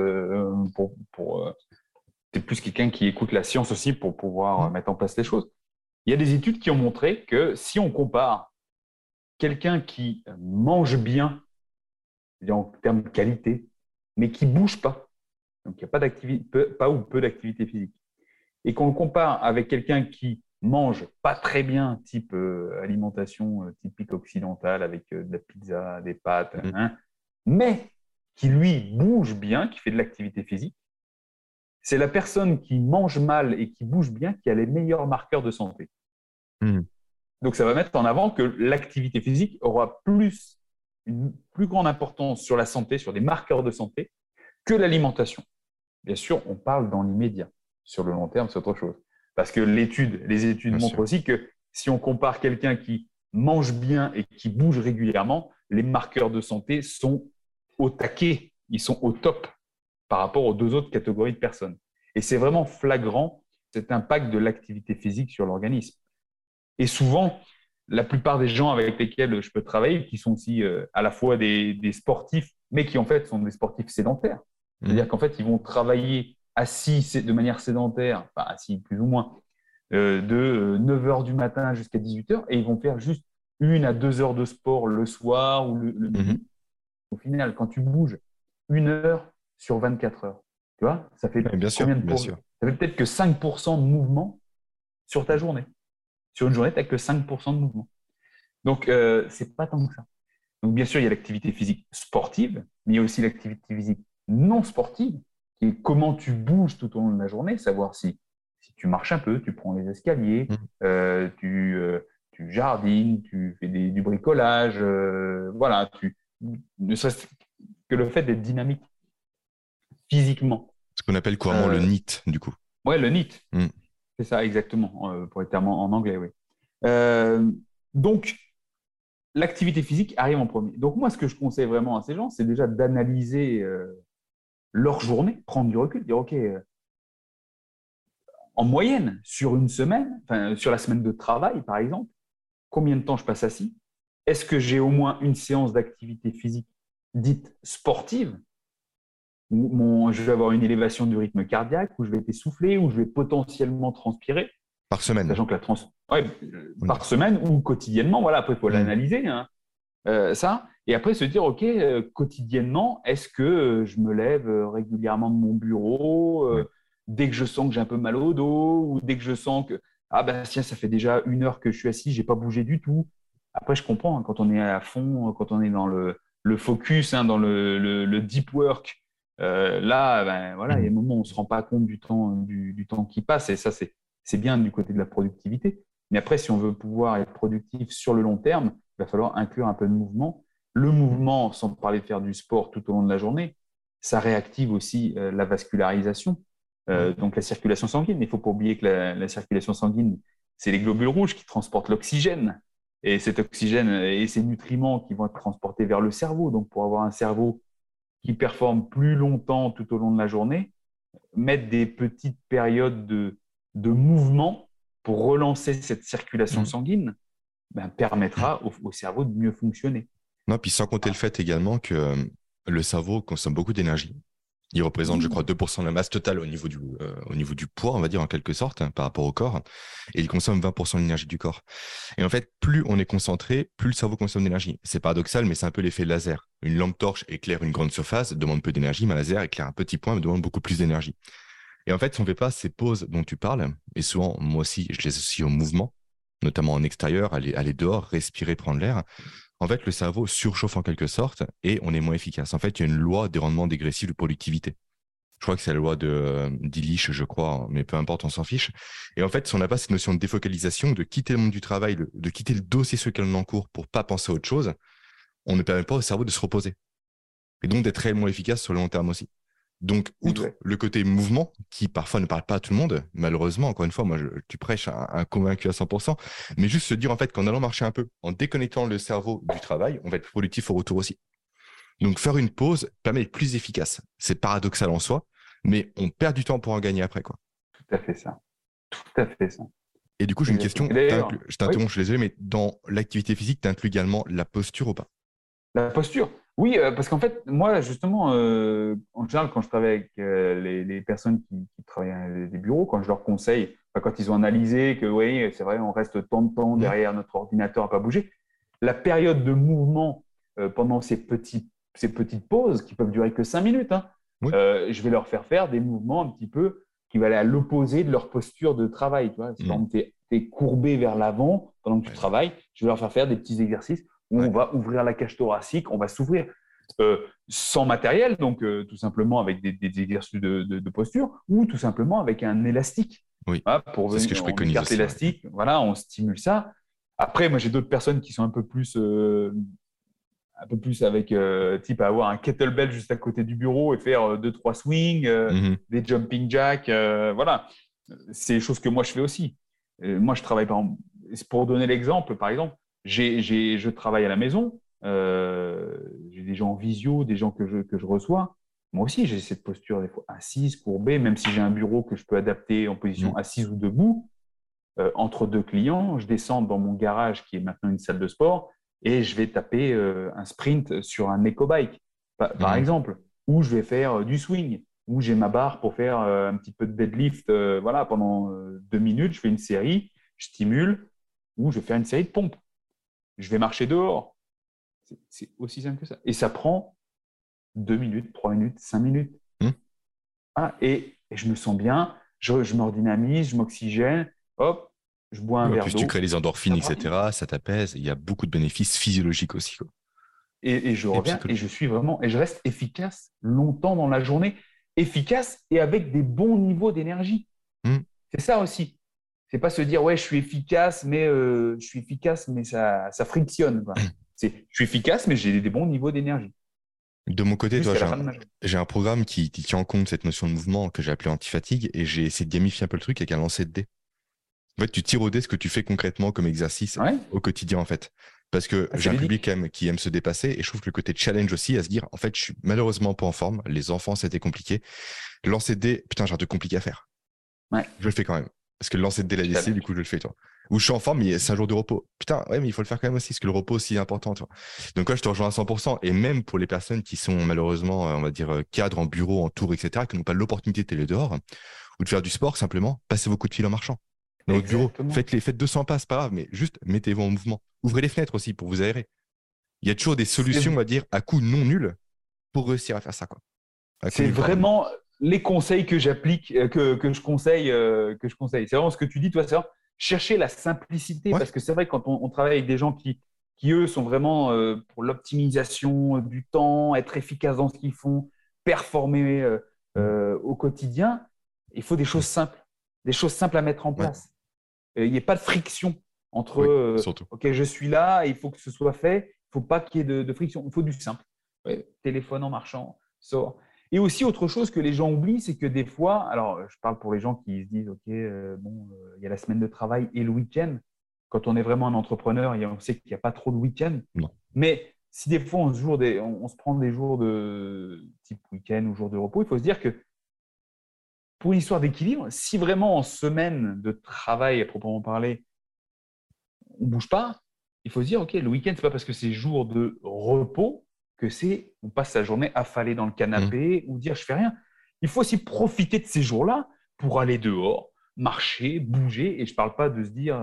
Tu es plus quelqu'un qui écoute la science aussi pour pouvoir mettre en place les choses. Il y a des études qui ont montré que si on compare quelqu'un qui mange bien, en termes de qualité, mais qui ne bouge pas, donc il n'y a pas d'activité, pas ou peu d'activité physique, et qu'on le compare avec quelqu'un qui mange pas très bien, type alimentation typique occidentale, avec de la pizza, des pâtes, hein, mais qui lui bouge bien, qui fait de l'activité physique, c'est la personne qui mange mal et qui bouge bien qui a les meilleurs marqueurs de santé. Donc ça va mettre en avant que l'activité physique aura une plus grande importance sur la santé, sur des marqueurs de santé, que l'alimentation. Bien sûr, on parle dans l'immédiat. Sur le long terme, c'est autre chose. Parce que les études montrent aussi que si on compare quelqu'un qui mange bien et qui bouge régulièrement, les marqueurs de santé sont au taquet, ils sont au top par rapport aux deux autres catégories de personnes. Et c'est vraiment flagrant cet impact de l'activité physique sur l'organisme. Et souvent, la plupart des gens avec lesquels je peux travailler, qui sont aussi à la fois des sportifs, mais qui en fait sont des sportifs sédentaires, c'est-à-dire qu'en fait, ils vont travailler assis de manière sédentaire, enfin assis plus ou moins, de 9 h du matin jusqu'à 18 h, et ils vont faire juste 1 à 2 heures de sport le soir ou le midi. Au final, quand tu bouges 1 heure sur 24 heures, tu vois, ça fait bien sûr, combien de bien sûr. Ça fait peut-être que 5% de mouvement sur ta journée. Sur une journée, tu n'as que 5% de mouvement. Donc, c'est pas tant que ça. Donc, bien sûr, il y a l'activité physique sportive, mais il y a aussi l'activité physique non sportive, qui est comment tu bouges tout au long de la journée, savoir si tu marches un peu, tu prends les escaliers, tu jardines, tu fais du bricolage, voilà, ne serait-ce que le fait d'être dynamique physiquement. Ce qu'on appelle couramment le NEAT, du coup. Ouais, le NEAT. C'est ça, exactement, pour les termes en anglais, oui. Donc, l'activité physique arrive en premier. Donc, moi, ce que je conseille vraiment à ces gens, c'est déjà d'analyser leur journée, prendre du recul, dire, OK, en moyenne, sur une semaine, enfin, sur la semaine de travail, par exemple, combien de temps je passe assis? Est-ce que j'ai au moins une séance d'activité physique dite sportive où je vais avoir une élévation du rythme cardiaque, où je vais être essoufflé, où je vais potentiellement transpirer, Par semaine. sachant que par semaine ou quotidiennement, voilà, après il faut l'analyser, hein, ça, et après se dire, ok, quotidiennement, est-ce que je me lève régulièrement de mon bureau, dès que je sens que j'ai un peu mal au dos, ou dès que je sens que, ah ben tiens, ça fait déjà 1 heure que je suis assis, j'ai pas bougé du tout. Après, je comprends, hein, quand on est à fond, quand on est dans le focus, hein, dans le deep work, là, ben, voilà, il y a un moment où on ne se rend pas compte du temps qui passe, et ça, c'est bien du côté de la productivité. Mais après, si on veut pouvoir être productif sur le long terme, il va falloir inclure un peu de mouvement. Le mouvement, sans parler de faire du sport tout au long de la journée, ça réactive aussi la vascularisation, donc la circulation sanguine. Il ne faut pas oublier que la circulation sanguine, c'est les globules rouges qui transportent l'oxygène. Et cet oxygène et ces nutriments qui vont être transportés vers le cerveau. Donc, pour avoir un cerveau qui performe plus longtemps tout au long de la journée, mettre des petites périodes de mouvement pour relancer cette circulation sanguine permettra au cerveau de mieux fonctionner. Non, puis sans compter le fait également que le cerveau consomme beaucoup d'énergie. Il représente, je crois, 2% de la masse totale au niveau du poids, on va dire, en quelque sorte, hein, par rapport au corps. Et il consomme 20% de l'énergie du corps. Et en fait, plus on est concentré, plus le cerveau consomme d'énergie. C'est paradoxal, mais c'est un peu l'effet laser. Une lampe torche éclaire une grande surface, demande peu d'énergie, mais un laser éclaire un petit point, mais demande beaucoup plus d'énergie. Et en fait, si on ne fait pas ces pauses dont tu parles, et souvent, moi aussi, je les associe au mouvement, notamment en extérieur, aller dehors, respirer, prendre l'air, en fait, le cerveau surchauffe en quelque sorte et on est moins efficace. En fait, il y a une loi des rendements dégressifs de productivité. Je crois que c'est la loi d'Illich, je crois, mais peu importe, on s'en fiche. Et en fait, si on n'a pas cette notion de défocalisation, de quitter le monde du travail, de quitter le dossier sur lequel on est en cours pour pas penser à autre chose, on ne permet pas au cerveau de se reposer. Et donc d'être réellement efficace sur le long terme aussi. Donc, outre le côté mouvement, qui parfois ne parle pas à tout le monde, malheureusement, encore une fois, tu prêches un convaincu à 100%, mais juste se dire en fait qu'en allant marcher un peu, en déconnectant le cerveau du travail, on va être productif au retour aussi. Donc, faire une pause permet d'être plus efficace. C'est paradoxal en soi, mais on perd du temps pour en gagner après, quoi. Tout à fait ça. Tout à fait ça. Et du coup, j'ai une question. Je t'interromps, je suis désolé, mais dans l'activité physique, tu inclus également la posture ou pas? La posture. Oui, parce qu'en fait, moi, justement, en général, quand je travaille avec les personnes qui travaillent dans des bureaux, quand je leur conseille, quand ils ont analysé que oui, c'est vrai, on reste tant de temps derrière notre ordinateur à pas bouger, la période de mouvement pendant ces petites pauses qui peuvent durer que 5 minutes, hein, je vais leur faire des mouvements un petit peu qui vont aller à l'opposé de leur posture de travail. Tu vois, si tu es courbé vers l'avant pendant que tu travailles, je vais leur faire des petits exercices où on va ouvrir la cage thoracique, on va s'ouvrir sans matériel, donc tout simplement avec des exercices de posture, ou tout simplement avec un élastique. Oui, voilà, c'est ce que je préconise aussi. L'élastique, voilà, on stimule ça. Après, moi, j'ai d'autres personnes qui sont un peu plus avec type à avoir un kettlebell juste à côté du bureau et faire 2-3 swings, des jumping jacks, voilà. C'est des choses que moi, je fais aussi. Moi, je travaille pour donner l'exemple, par exemple, je travaille à la maison, j'ai des gens en visio, des gens que je reçois. Moi aussi, j'ai cette posture des fois assise, courbée, même si j'ai un bureau que je peux adapter en position assise ou debout. Entre deux clients, je descends dans mon garage qui est maintenant une salle de sport et je vais taper un sprint sur un éco-bike, par exemple, ou je vais faire du swing, ou j'ai ma barre pour faire un petit peu de deadlift. Voilà, pendant 2 minutes, je fais une série, je stimule, ou je vais faire une série de pompes. Je vais marcher dehors. C'est aussi simple que ça. Et ça prend 2 minutes, 3 minutes, 5 minutes. Voilà. Et je me sens bien, je me redynamise, je m'oxygène, hop, je bois un verre d'eau. En plus, tu crées les endorphines, etc. Ça t'apaise. Il y a beaucoup de bénéfices physiologiques aussi, quoi. Et je reviens et je suis vraiment, et je reste efficace longtemps dans la journée, efficace et avec des bons niveaux d'énergie. C'est ça aussi. C'est pas se dire, ouais, je suis efficace, mais ça frictionne, quoi. Je suis efficace, mais j'ai des bons niveaux d'énergie. De mon côté, toi, j'ai un programme qui tient en compte cette notion de mouvement que j'ai appelé anti-fatigue et j'ai essayé de gamifier un peu le truc avec un lancer de dés. En fait, tu tires au dé ce que tu fais concrètement comme exercice au quotidien, en fait. Parce que j'ai un public quand même qui aime se dépasser et je trouve que le côté challenge aussi à se dire, en fait, je suis malheureusement pas en forme. Les enfants, c'était compliqué. Le lancer de dés, putain, j'ai un truc compliqué à faire. Je le fais quand même. Parce que le lancer de dés, la DC, du coup, je le fais, toi. Ou je suis en forme, mais c'est un jour de repos. Putain, ouais, mais il faut le faire quand même aussi, parce que le repos, c'est important, tu vois. Donc, ouais, je te rejoins à 100%. Et même pour les personnes qui sont malheureusement, on va dire, cadres en bureau, en tour, etc., qui n'ont pas l'opportunité d'aller dehors ou de faire du sport, simplement, passez vos coups de fil en marchant. Dans votre bureau, Exactement. faites 200 pas, c'est pas grave, mais juste mettez-vous en mouvement. Ouvrez les fenêtres aussi pour vous aérer. Il y a toujours des C'est solutions, on va dire, à coût non nul pour réussir à faire ça, quoi. À coût c'est nul, pardon. vraiment les conseils que j'applique, que je conseille, que je conseille. C'est vraiment ce que tu dis, toi, c'est vraiment chercher la simplicité, Ouais. parce que c'est vrai que quand on travaille avec des gens qui eux, sont vraiment pour l'optimisation du temps, être efficace dans ce qu'ils font, performer au quotidien, il faut des choses simples à mettre en Ouais. place. Il n'y ait pas de friction entre Oui, surtout. OK, je suis là, il faut que ce soit fait, il ne faut pas qu'il y ait de friction, il faut du simple. Ouais, téléphone en marchant, sort. Et aussi, autre chose que les gens oublient, c'est que des fois, alors je parle pour les gens qui se disent OK, bon, il y a la semaine de travail et le week-end. Quand on est vraiment un entrepreneur, on sait qu'il n'y a pas trop de week-end. Non. Mais si des fois on se prend des jours de type week-end ou jour de repos, il faut se dire que pour une histoire d'équilibre, si vraiment en semaine de travail à proprement parler, on bouge pas, il faut se dire, OK, le week-end, c'est pas parce que c'est jour de repos que c'est, on passe sa journée affalé dans le Mmh. canapé ou dire, je fais rien. Il faut aussi profiter de ces jours-là pour aller dehors, marcher, bouger. Et je parle pas de se dire,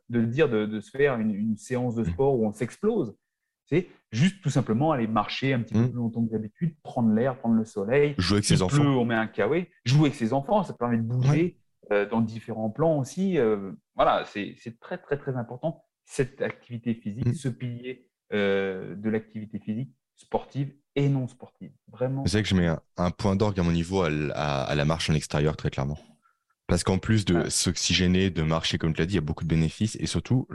de se faire une séance de Mmh. sport où on s'explose. C'est juste tout simplement aller marcher un petit peu Mmh. plus longtemps que d'habitude, prendre l'air, prendre le soleil. Jouer avec ses Il pleut, enfants. on met un kawaii. Jouer avec ses enfants, ça permet de Ouais. bouger dans différents plans aussi. Voilà, c'est très, très, très important cette activité physique, Mmh. ce pilier de l'activité physique sportive et non sportive. Vraiment. C'est vrai que je mets un point d'orgue à mon niveau à la marche en extérieur, très clairement. Parce qu'en plus de Ah, s'oxygéner, de marcher, comme tu l'as dit, il y a beaucoup de bénéfices et surtout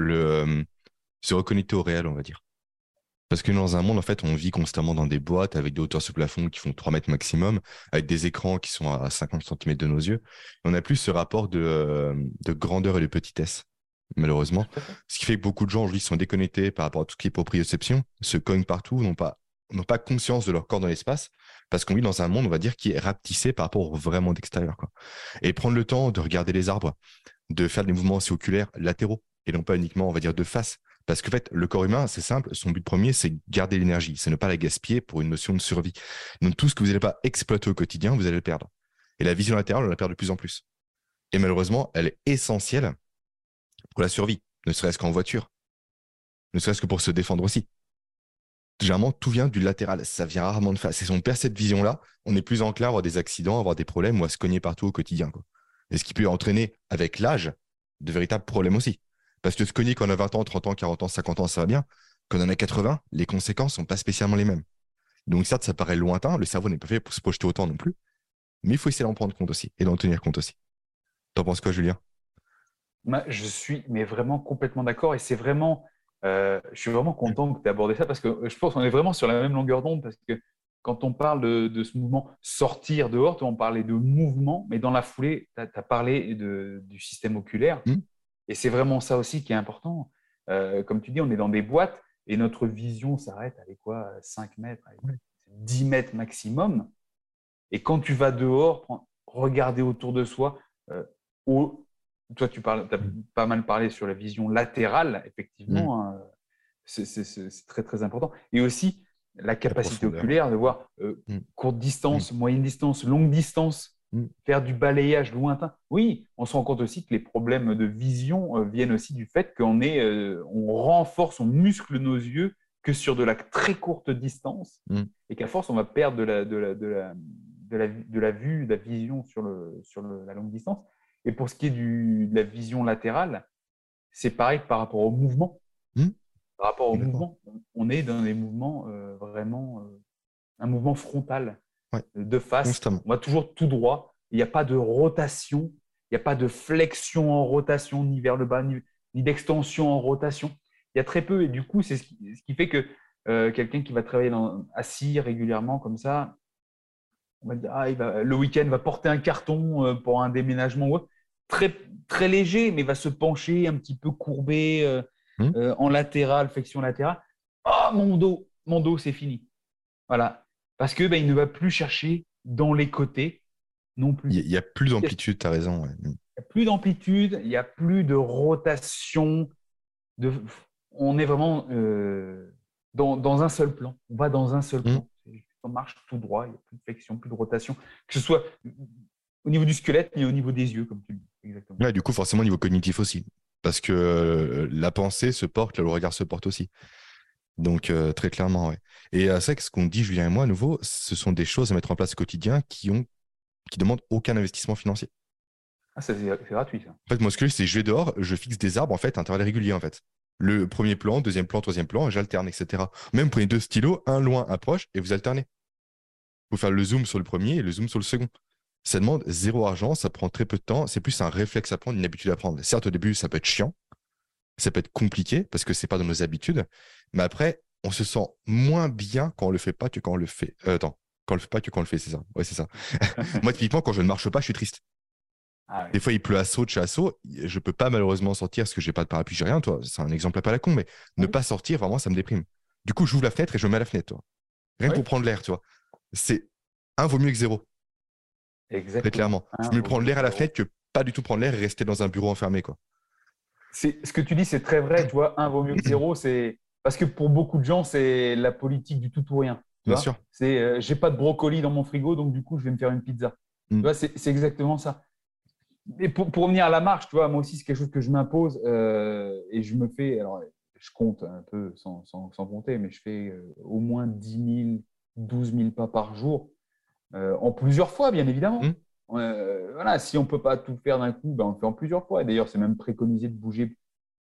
se reconnecter au réel, on va dire. Parce que dans un monde, en fait, on vit constamment dans des boîtes avec des hauteurs sous plafond qui font 3 mètres maximum, avec des écrans qui sont à 50 centimètres de nos yeux. Et on a plus ce rapport de grandeur et de petitesse, malheureusement. tout à fait. Ce qui fait que beaucoup de gens aujourd'hui sont déconnectés par rapport à tout ce qui est proprioception, se cognent partout, n'ont pas conscience de leur corps dans l'espace, parce qu'on vit dans un monde, on va dire, qui est rapetissé par rapport au vrai monde extérieur, quoi. Et prendre le temps de regarder les arbres, de faire des mouvements aussi oculaires latéraux, et non pas uniquement, on va dire, de face. Parce que, en fait, le corps humain, c'est simple, son but premier, c'est garder l'énergie, c'est ne pas la gaspiller pour une notion de survie. Donc, tout ce que vous n'allez pas exploiter au quotidien, vous allez le perdre. Et la vision latérale, on la perd de plus en plus. Et malheureusement, elle est essentielle pour la survie, ne serait-ce qu'en voiture, ne serait-ce que pour se défendre aussi. Généralement, tout vient du latéral, ça vient rarement de face. Et si on perd cette vision-là, on est plus enclin à avoir des accidents, à avoir des problèmes ou à se cogner partout au quotidien, quoi. Et ce qui peut entraîner, avec l'âge, de véritables problèmes aussi. Parce que se cogner quand on a 20 ans, 30 ans, 40 ans, 50 ans, ça va bien. Quand on en a 80, les conséquences sont pas spécialement les mêmes. Donc certes, ça paraît lointain, le cerveau n'est pas fait pour se projeter autant non plus, mais il faut essayer d'en prendre compte aussi et d'en tenir compte aussi. T'en penses quoi, Julien? Moi, je suis mais vraiment complètement d'accord et c'est vraiment, je suis vraiment content que tu aies abordé ça parce que je pense qu'on est vraiment sur la même longueur d'onde parce que quand on parle de ce mouvement sortir dehors, toi, on parlait de mouvement, mais dans la foulée, tu as parlé du système oculaire Hmm. et c'est vraiment ça aussi qui est important. Comme tu dis, on est dans des boîtes et notre vision s'arrête avec quoi? 5 mètres, allez, Ouais. 10 mètres maximum. Et quand tu vas dehors, regarder autour de soi, euh, au- toi, tu as Hmm. pas mal parlé sur la vision latérale, Hmm. effectivement, hein, c'est très, très important. Et aussi, la La capacité profondeur. oculaire de voir Hmm. courte Hmm. distance, moyenne distance, longue distance, Hmm. faire du balayage lointain. Oui, on se rend compte aussi que les problèmes de vision viennent aussi du fait on renforce, on muscle nos yeux que sur de la très courte distance Hmm. et qu'à force, on va perdre de la vue, de la vision la longue distance. Et pour ce qui est de la vision latérale, c'est pareil par rapport au mouvement. Hmm. Par rapport au Complètement. mouvement, on est dans des mouvements vraiment, un mouvement frontal, Ouais. de face. Constamment. On va toujours tout droit. Il n'y a pas de rotation, il n'y a pas de flexion en rotation, ni vers le bas, ni d'extension en rotation. Il y a très peu. Et du coup, c'est ce qui fait que quelqu'un qui va travailler assis régulièrement comme ça, on va dire, le week-end, va porter un carton pour un déménagement ou autre. Très, très léger, mais va se pencher un petit peu courbé Hmm. en latéral, flexion latérale. Ah, mon dos, c'est fini. Voilà. Parce que il ne va plus chercher dans les côtés non plus. Il y a plus d'amplitude, t'as raison. Ouais. Hmm. n'y a plus d'amplitude, il n'y a plus de rotation. On est vraiment dans un seul plan. On va dans un seul Hmm. plan. On marche tout droit, il n'y a plus de flexion, plus de rotation. Que ce soit au niveau du squelette, mais au niveau des yeux, comme tu le dis. Exactement. Ouais, du coup, forcément, au niveau cognitif aussi. Parce que la pensée se porte, là, le regard se porte aussi. Donc, très clairement, ouais. Et c'est vrai que ce qu'on dit, Julien et moi, à nouveau, ce sont des choses à mettre en place au quotidien qui demandent aucun investissement financier. Ah, ça, c'est gratuit, ça. En fait, moi, ce que je fais, c'est je vais dehors, je fixe des arbres, en fait, à intervalles réguliers, en fait. Le premier plan, deuxième plan, troisième plan, j'alterne, etc. Même prenez 2 stylos, un loin, un proche, et vous alternez. Vous faire le zoom sur le premier et le zoom sur le second. Ça demande zéro argent, ça prend très peu de temps, c'est plus un réflexe à prendre, une habitude à prendre. Certes, au début, ça peut être chiant, ça peut être compliqué parce que c'est pas dans nos habitudes, mais après, on se sent moins bien quand on le fait pas que quand on le fait. Attends, quand on le fait pas que quand on le fait, c'est ça. Ouais, c'est ça. Moi, typiquement, quand je ne marche pas, je suis triste. Ah, Des oui. fois, il pleut à saut de chez assaut. Je peux pas malheureusement sortir parce que j'ai pas de parapluie, j'ai rien, toi. C'est un exemple à pas la con, mais ne Oui. pas sortir, vraiment, ça me déprime. Du coup, j'ouvre la fenêtre et je me mets à la fenêtre, toi. Rien que Oui. pour prendre l'air, tu vois. C'est un vaut mieux que zéro, très Exactement. clairement. Je me Vaut prends mieux l'air que à la zéro. fenêtre que pas du tout prendre l'air et rester dans un bureau enfermé, quoi. Ce que tu dis, c'est très vrai. Tu vois, un vaut mieux que zéro. C'est parce que pour beaucoup de gens, c'est la politique du tout ou rien. Tu Bien vois, sûr. c'est j'ai pas de brocoli dans mon frigo, donc du coup, je vais me faire une pizza. Tu Mm. vois, c'est exactement ça. Et pour revenir à la marche, tu vois, moi aussi, c'est quelque chose que je m'impose et je me fais. Alors, je compte un peu sans compter, mais je fais au moins 10 000, 12 000 pas par jour, en plusieurs fois, bien évidemment. Mm. Voilà, si on ne peut pas tout faire d'un coup, ben, on le fait en plusieurs fois. D'ailleurs, c'est même préconisé de bouger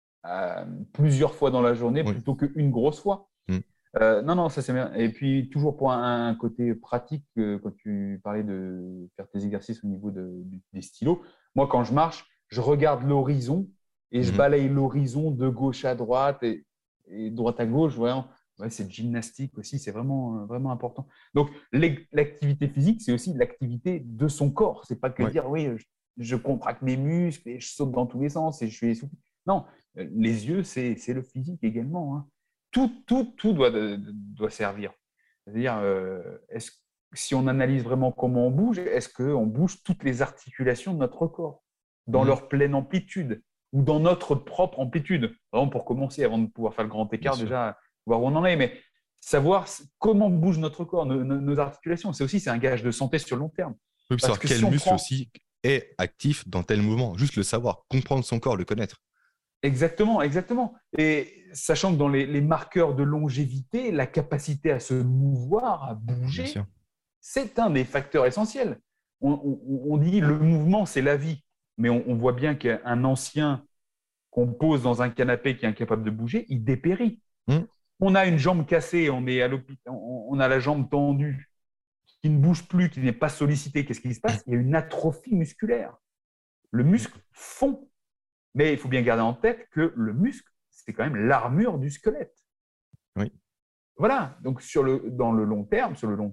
plusieurs fois dans la journée Oui. plutôt qu'une grosse fois. Mm. Non, non, ça c'est bien. Et puis, toujours pour un côté pratique, quand tu parlais de faire tes exercices au niveau des stylos, moi, quand je marche, je regarde l'horizon et je Mhm. balaye l'horizon de gauche à droite et droite à gauche. Ouais, c'est de gymnastique aussi, c'est vraiment, vraiment important. Donc, l'activité physique, c'est aussi l'activité de son corps. C'est pas que Ouais. dire, oui, je contracte mes muscles et je saute dans tous les sens et je suis essoufflé. Non, les yeux, c'est le physique également, hein. Tout doit servir. C'est-à-dire, si on analyse vraiment comment on bouge, est-ce qu'on bouge toutes les articulations de notre corps dans Mm. leur pleine amplitude ou dans notre propre amplitude? Vraiment, pour commencer, avant de pouvoir faire le grand Bien écart, sûr. déjà, voir où on en est, mais savoir comment bouge notre corps, nos articulations, c'est un gage de santé sur le long terme. Oui, puis Parce savoir que quel si on muscle prend aussi est actif dans tel mouvement. Juste le savoir, comprendre son corps, le connaître. exactement, exactement. Et sachant que dans les marqueurs de longévité, la capacité à se mouvoir, à Bien bouger, sûr. c'est un des facteurs essentiels. On dit le mouvement, c'est la vie. Mais on voit bien qu'un ancien qu'on pose dans un canapé qui est incapable de bouger, il dépérit. Mm. On a une jambe cassée, on est à l'hôpital, on a la jambe tendue, qui ne bouge plus, qui n'est pas sollicité. Qu'est-ce qui se passe? Il y a une atrophie musculaire. Le muscle fond. Mais il faut bien garder en tête que le muscle, c'est quand même l'armure du squelette. Oui. Voilà, donc sur le long terme,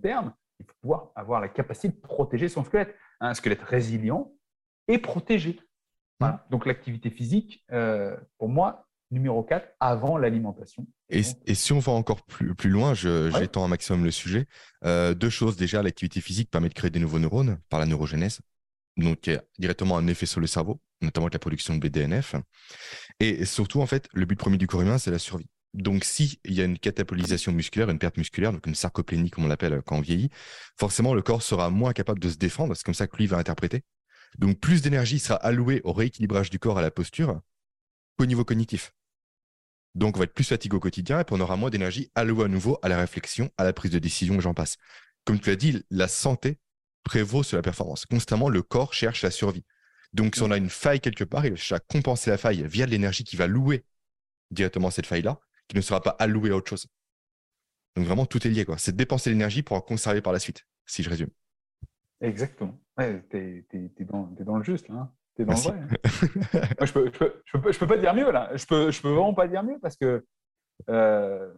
il faut pouvoir avoir la capacité de protéger son squelette. Un squelette résilient et protégé. Mm. Voilà. Donc l'activité physique, pour moi, numéro 4, avant l'alimentation. Et donc, Et si on va encore plus loin, ouais, j'étends un maximum le sujet. 2 choses. Déjà, l'activité physique permet de créer des nouveaux neurones par la neurogénèse, donc qui a directement un effet sur le cerveau, notamment avec la production de BDNF. Et surtout, en fait, le but premier du corps humain, c'est la survie. Donc, s'il y a une catabolisation musculaire, une perte musculaire, donc une sarcoplénie, comme on l'appelle quand on vieillit, forcément, le corps sera moins capable de se défendre. C'est comme ça que lui va interpréter. Donc, plus d'énergie sera allouée au rééquilibrage du corps, à la posture, qu'au niveau cognitif. Donc, on va être plus fatigué au quotidien et puis on aura moins d'énergie allouée à nouveau à la réflexion, à la prise de décision, j'en passe. Comme tu l'as dit, la santé prévaut sur la performance. Constamment, le corps cherche la survie. Donc, si on a une faille quelque part, il cherche à compenser la faille via de l'énergie qui va louer directement cette faille-là, qui ne sera pas allouée à autre chose. Donc, vraiment, tout est lié, quoi. C'est dépenser l'énergie pour en conserver par la suite, si je résume. exactement. Ouais, t'es dans le juste, là. Hein. T'es dans le Merci. vrai. Hein. Moi, je peux pas dire mieux, là. Je peux vraiment pas dire mieux parce que euh,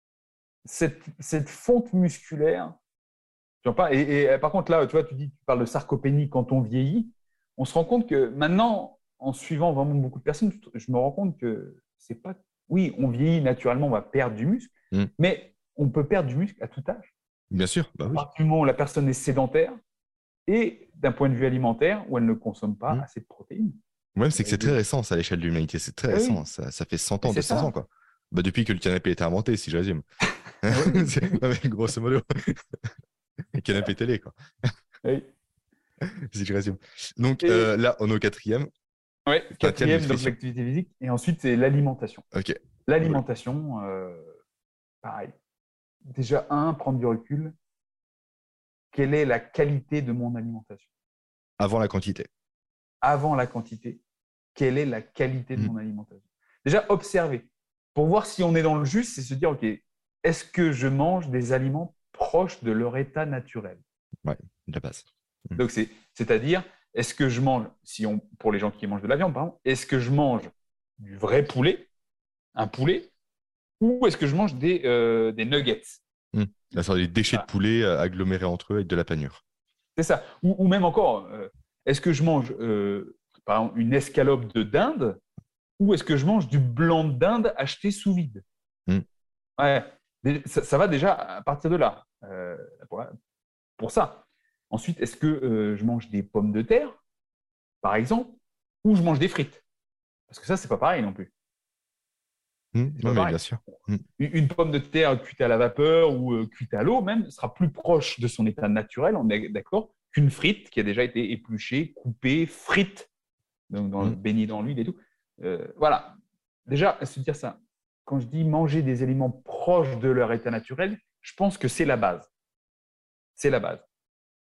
cette fonte musculaire, tu vois pas, par contre, là, tu vois, tu parles de sarcopénie quand on vieillit. On se rend compte que maintenant, en suivant vraiment beaucoup de personnes, je me rends compte que c'est pas. Oui, on vieillit naturellement, on va perdre du muscle, Mm. mais on peut perdre du muscle à tout âge. Bien sûr, bah À oui. partir du moment où la personne est sédentaire, et d'un point de vue alimentaire, où elles ne consomment pas Mm. assez de protéines. Même c'est que c'est très De- récent, ça, à l'échelle de l'humanité. C'est très Eh récent. oui, Ça fait 100 mais ans, c'est 200 ans, ça. quoi. Bah, depuis que le canapé a été inventé, si je résume. Oui, Non, mais grosso modo, le canapé télé, quoi. oui. Si je résume. Donc Et là, on est au quatrième. ouais, Cinquième, quatrième, donc nutrition. l'activité physique. Et ensuite, c'est l'alimentation. Ok, cool. L'alimentation, pareil. Déjà, prendre du recul. Quelle est la qualité de mon alimentation? Avant la quantité. Avant la quantité, quelle est la qualité de Mm. mon alimentation? Déjà, observer. Pour voir si on est dans le juste, c'est se dire, OK, est-ce que je mange des aliments proches de leur état naturel? Ouais, de la base. Mm. Donc, c'est-à-dire, est-ce que je mange, pour les gens qui mangent de la viande, par exemple, est-ce que je mange du vrai poulet, un poulet, ou est-ce que je mange des nuggets? Mm. Là, ça des déchets de Voilà. poulet agglomérés entre eux avec de la panure. C'est ça. Ou même encore, est-ce que je mange, par exemple, une escalope de dinde, ou est-ce que je mange du blanc de dinde acheté sous vide? Mm. Ouais, ça va déjà à partir de là, pour ça. Ensuite, est-ce que je mange des pommes de terre, par exemple, ou je mange des frites? Parce que ça, c'est pas pareil non plus. Mm. C'est Non, pas mais pareil. bien sûr. Mm. Une pomme de terre cuite à la vapeur ou cuite à l'eau même sera plus proche de son état naturel, on est d'accord, qu'une frite qui a déjà été épluchée, coupée, frite, donc Mm. baignée dans l'huile et tout. Voilà. Déjà, se dire ça. Quand je dis manger des aliments proches de leur état naturel, je pense que c'est la base. C'est la base.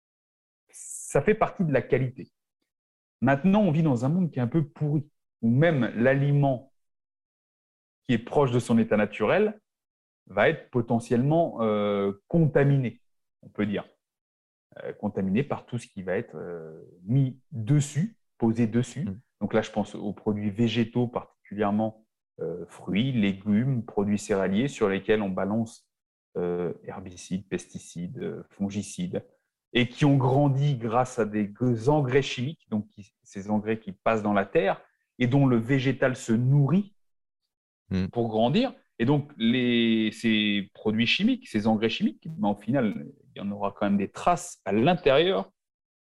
Ça fait partie de la qualité. Maintenant, on vit dans un monde qui est un peu pourri, où même l'aliment qui est proche de son état naturel va être potentiellement contaminé, on peut dire. Contaminé par tout ce qui va être mis dessus, posé dessus. Mm. Donc là, je pense aux produits végétaux, particulièrement fruits, légumes, produits céréaliers, sur lesquels on balance herbicides, pesticides, fongicides, et qui ont grandi grâce à des engrais chimiques, donc ces engrais qui passent dans la terre et dont le végétal se nourrit Mm. pour grandir. Et donc, ces produits chimiques, ces engrais chimiques, ben, au final, il y en aura quand même des traces à l'intérieur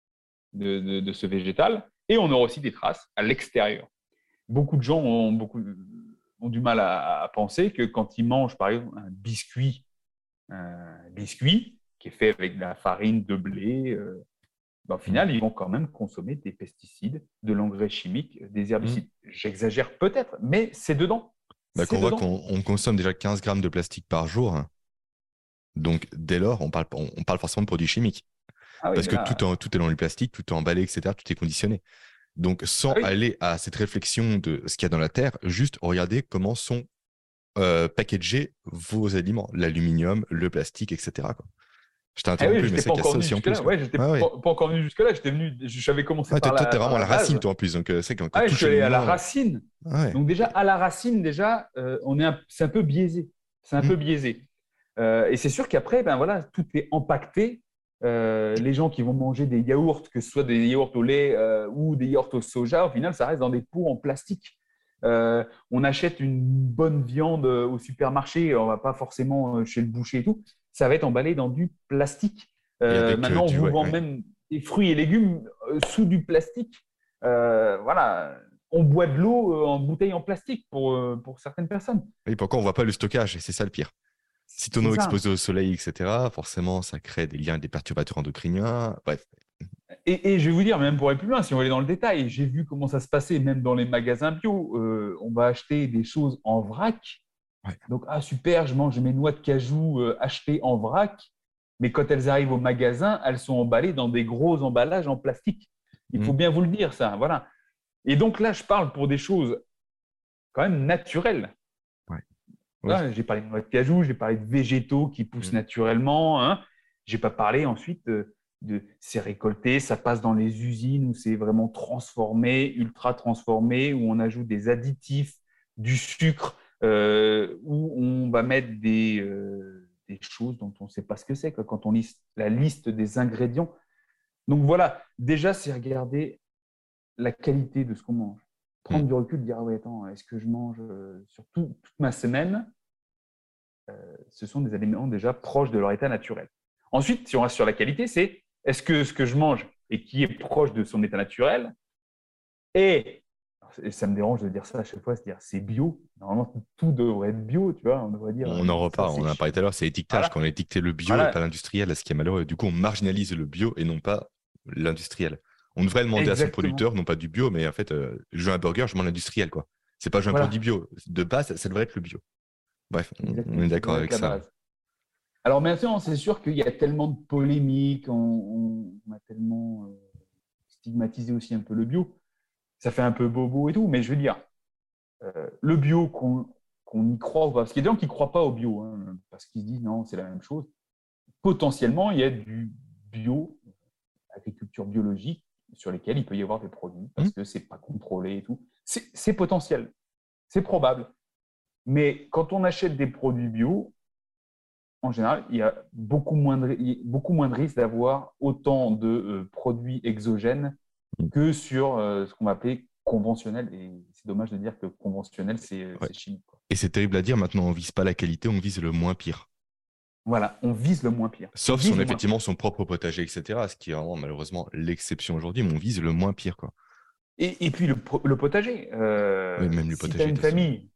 de ce végétal et on aura aussi des traces à l'extérieur. Beaucoup de gens ont du mal à penser que quand ils mangent, par exemple, un biscuit qui est fait avec de la farine de blé, ben, au Mm. final, ils vont quand même consommer des pesticides, de l'engrais chimique, des Mm. herbicides. J'exagère peut-être, mais c'est dedans. Bah, C'est qu'on voit dedans. qu'on consomme déjà 15 grammes de plastique par jour, hein. Donc dès lors, on parle forcément de produits chimiques. Ah oui, Parce mais que là, tout est dans le plastique, tout est emballé, etc. Tout est conditionné. Donc ah sans oui. aller à cette réflexion de ce qu'il y a dans la terre, juste regardez comment sont packagés vos aliments, l'aluminium, le plastique, etc. quoi. Je t'ai Ah oui, interrompu, mais j'étais c'est pas qu'il y a encore ça venu aussi en plus, jusque-là. quoi. Ouais, j'étais Ah oui. pas encore venu jusque-là. J'avais commencé Ah, par toi, t'es par vraiment la la racine, base. toi, en plus. Donc, c'est quand Ah on ouais, je touche suis à allé à la l'aliment. racine. Ah ouais. Donc déjà, à la racine, déjà, c'est un peu biaisé. C'est un Mm. peu biaisé. Et c'est sûr qu'après, ben voilà, tout est empaqueté. Les gens qui vont manger des yaourts, que ce soit des yaourts au lait ou des yaourts au soja, au final, ça reste dans des pots en plastique. On achète une bonne viande au supermarché, on va pas forcément chez le boucher et tout. Ça va être emballé dans du plastique. Et avec Maintenant, on vous ouais, vend ouais. même des fruits et légumes sous du plastique. Voilà, on boit de l'eau en bouteille en plastique pour certaines personnes. Et pourquoi on voit pas le stockage? Et c'est ça le pire. Si ton C'est eau est ça. exposée au soleil, etc., forcément, ça crée des liens avec des perturbateurs endocriniens. Bref. Et je vais vous dire, même pour aller plus loin, si on va aller dans le détail, j'ai vu comment ça se passait, même dans les magasins bio. On va acheter des choses en vrac. Ouais. Donc, ah super, je mange mes noix de cajou achetées en vrac. Mais quand elles arrivent au magasin, elles sont emballées dans des gros emballages en plastique. Il faut Mm. bien vous le dire, ça. Voilà. Et donc là, je parle pour des choses quand même naturelles. Ouais. Oui. Là, j'ai parlé de noix de cajou, j'ai parlé de végétaux qui poussent Mm. naturellement. Hein. Je n'ai pas parlé ensuite de c'est récolté, ça passe dans les usines où c'est vraiment transformé, ultra transformé, où on ajoute des additifs, du sucre, où on va mettre des choses dont on ne sait pas ce que c'est quand on lit la liste des ingrédients. Donc voilà, déjà, c'est regarder la qualité de ce qu'on mange. Mm. Prendre du recul, dire, ah ouais, attends, est-ce que je mange sur toute ma semaine? Ce sont des aliments déjà proches de leur état naturel. Ensuite, si on reste sur la qualité, c'est est-ce que ce que je mange et qui est proche de son état naturel. Et ça me dérange de dire ça à chaque fois, c'est-à-dire c'est bio. Normalement, tout devrait être bio, tu vois. On devrait dire On en ça, reparle, on c'est en a parlé tout à l'heure, c'est l'étiquetage. voilà, Quand on a étiqueté le bio et pas voilà, l'industriel, ce qui est malheureux. Du coup, on marginalise le bio et non pas l'industriel. On devrait demander à son exactement. producteur, non pas du bio, mais en fait, je veux un burger, je mange l'industriel, quoi. C'est pas je veux un produit Voilà, bio. De base, ça devrait être le bio. Bref, on est exactement. Ça d'accord devrait être avec la ça. base. Alors maintenant, c'est sûr qu'il y a tellement de polémiques, on a tellement stigmatisé aussi un peu le bio. Ça fait un peu bobo et tout, mais je veux dire, le bio, qu'on y croit ou pas, parce qu'il y a des gens qui ne croient pas au bio, hein, parce qu'ils se disent non, c'est la même chose. Potentiellement, il y a du bio, agriculture biologique, sur lesquels il peut y avoir des produits, Hmm. parce que ce n'est pas contrôlé et tout. C'est potentiel, c'est probable. Mais quand on achète des produits bio, en général, il y a beaucoup moins de risques d'avoir autant de produits exogènes Hmm. que sur ce qu'on va appeler conventionnel. Et c'est dommage de dire que conventionnel, Ouais. c'est chimique, quoi. Et c'est terrible à dire, maintenant, on vise pas la qualité, on vise le moins pire. Voilà, on vise le moins pire. On Sauf si on vise a le moins pire. effectivement son propre potager, etc. Ce qui est vraiment malheureusement l'exception aujourd'hui, mais on vise le moins pire, quoi. Et puis le potager. Oui, même le Si tu as potager, une de toute façon. famille,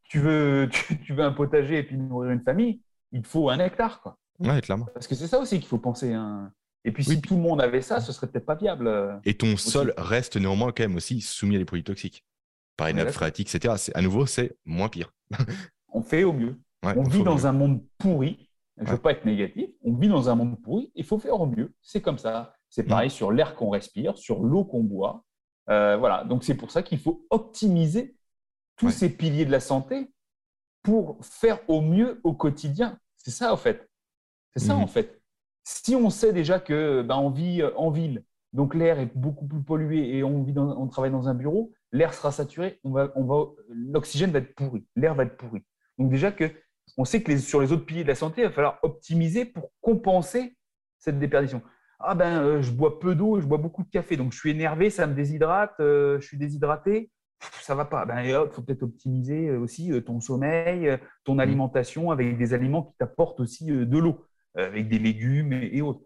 tu veux un potager et puis nourrir une famille, il te faut 1 hectare, quoi. Ouais, clairement. Parce que c'est ça aussi qu'il faut penser, hein. Et puis Oui, si tout le monde avait ça, ce serait peut-être pas viable et ton sol aussi. reste néanmoins quand même aussi soumis à des produits toxiques. Par les On est nappes d'accord. phréatiques, etc. À nouveau, c'est moins pire. On fait au mieux. Ouais, On on fait vit au mieux. dans un monde pourri. Je ne Ouais. veux pas être négatif. On vit dans un monde pourri. Il faut faire au mieux. C'est comme ça. C'est Mm. pareil sur l'air qu'on respire, sur l'eau qu'on boit. Voilà. Donc c'est pour ça qu'il faut optimiser tous Ouais. ces piliers de la santé pour faire au mieux au quotidien. C'est ça, en fait. C'est ça, en Mhm. fait. Si on sait déjà que on vit en ville, donc l'air est beaucoup plus pollué et on travaille dans un bureau, l'air sera saturé, l'oxygène va être pourri, l'air va être pourri. Donc déjà que on sait que sur les autres piliers de la santé, il va falloir optimiser pour compenser cette déperdition. Ah ben, je bois peu d'eau, je bois beaucoup de café, donc je suis énervé, ça me déshydrate, je suis déshydraté, ça va pas. Ben, il faut peut-être optimiser aussi ton sommeil, ton Mm. alimentation avec des aliments qui t'apportent aussi de l'eau, avec des légumes et autres.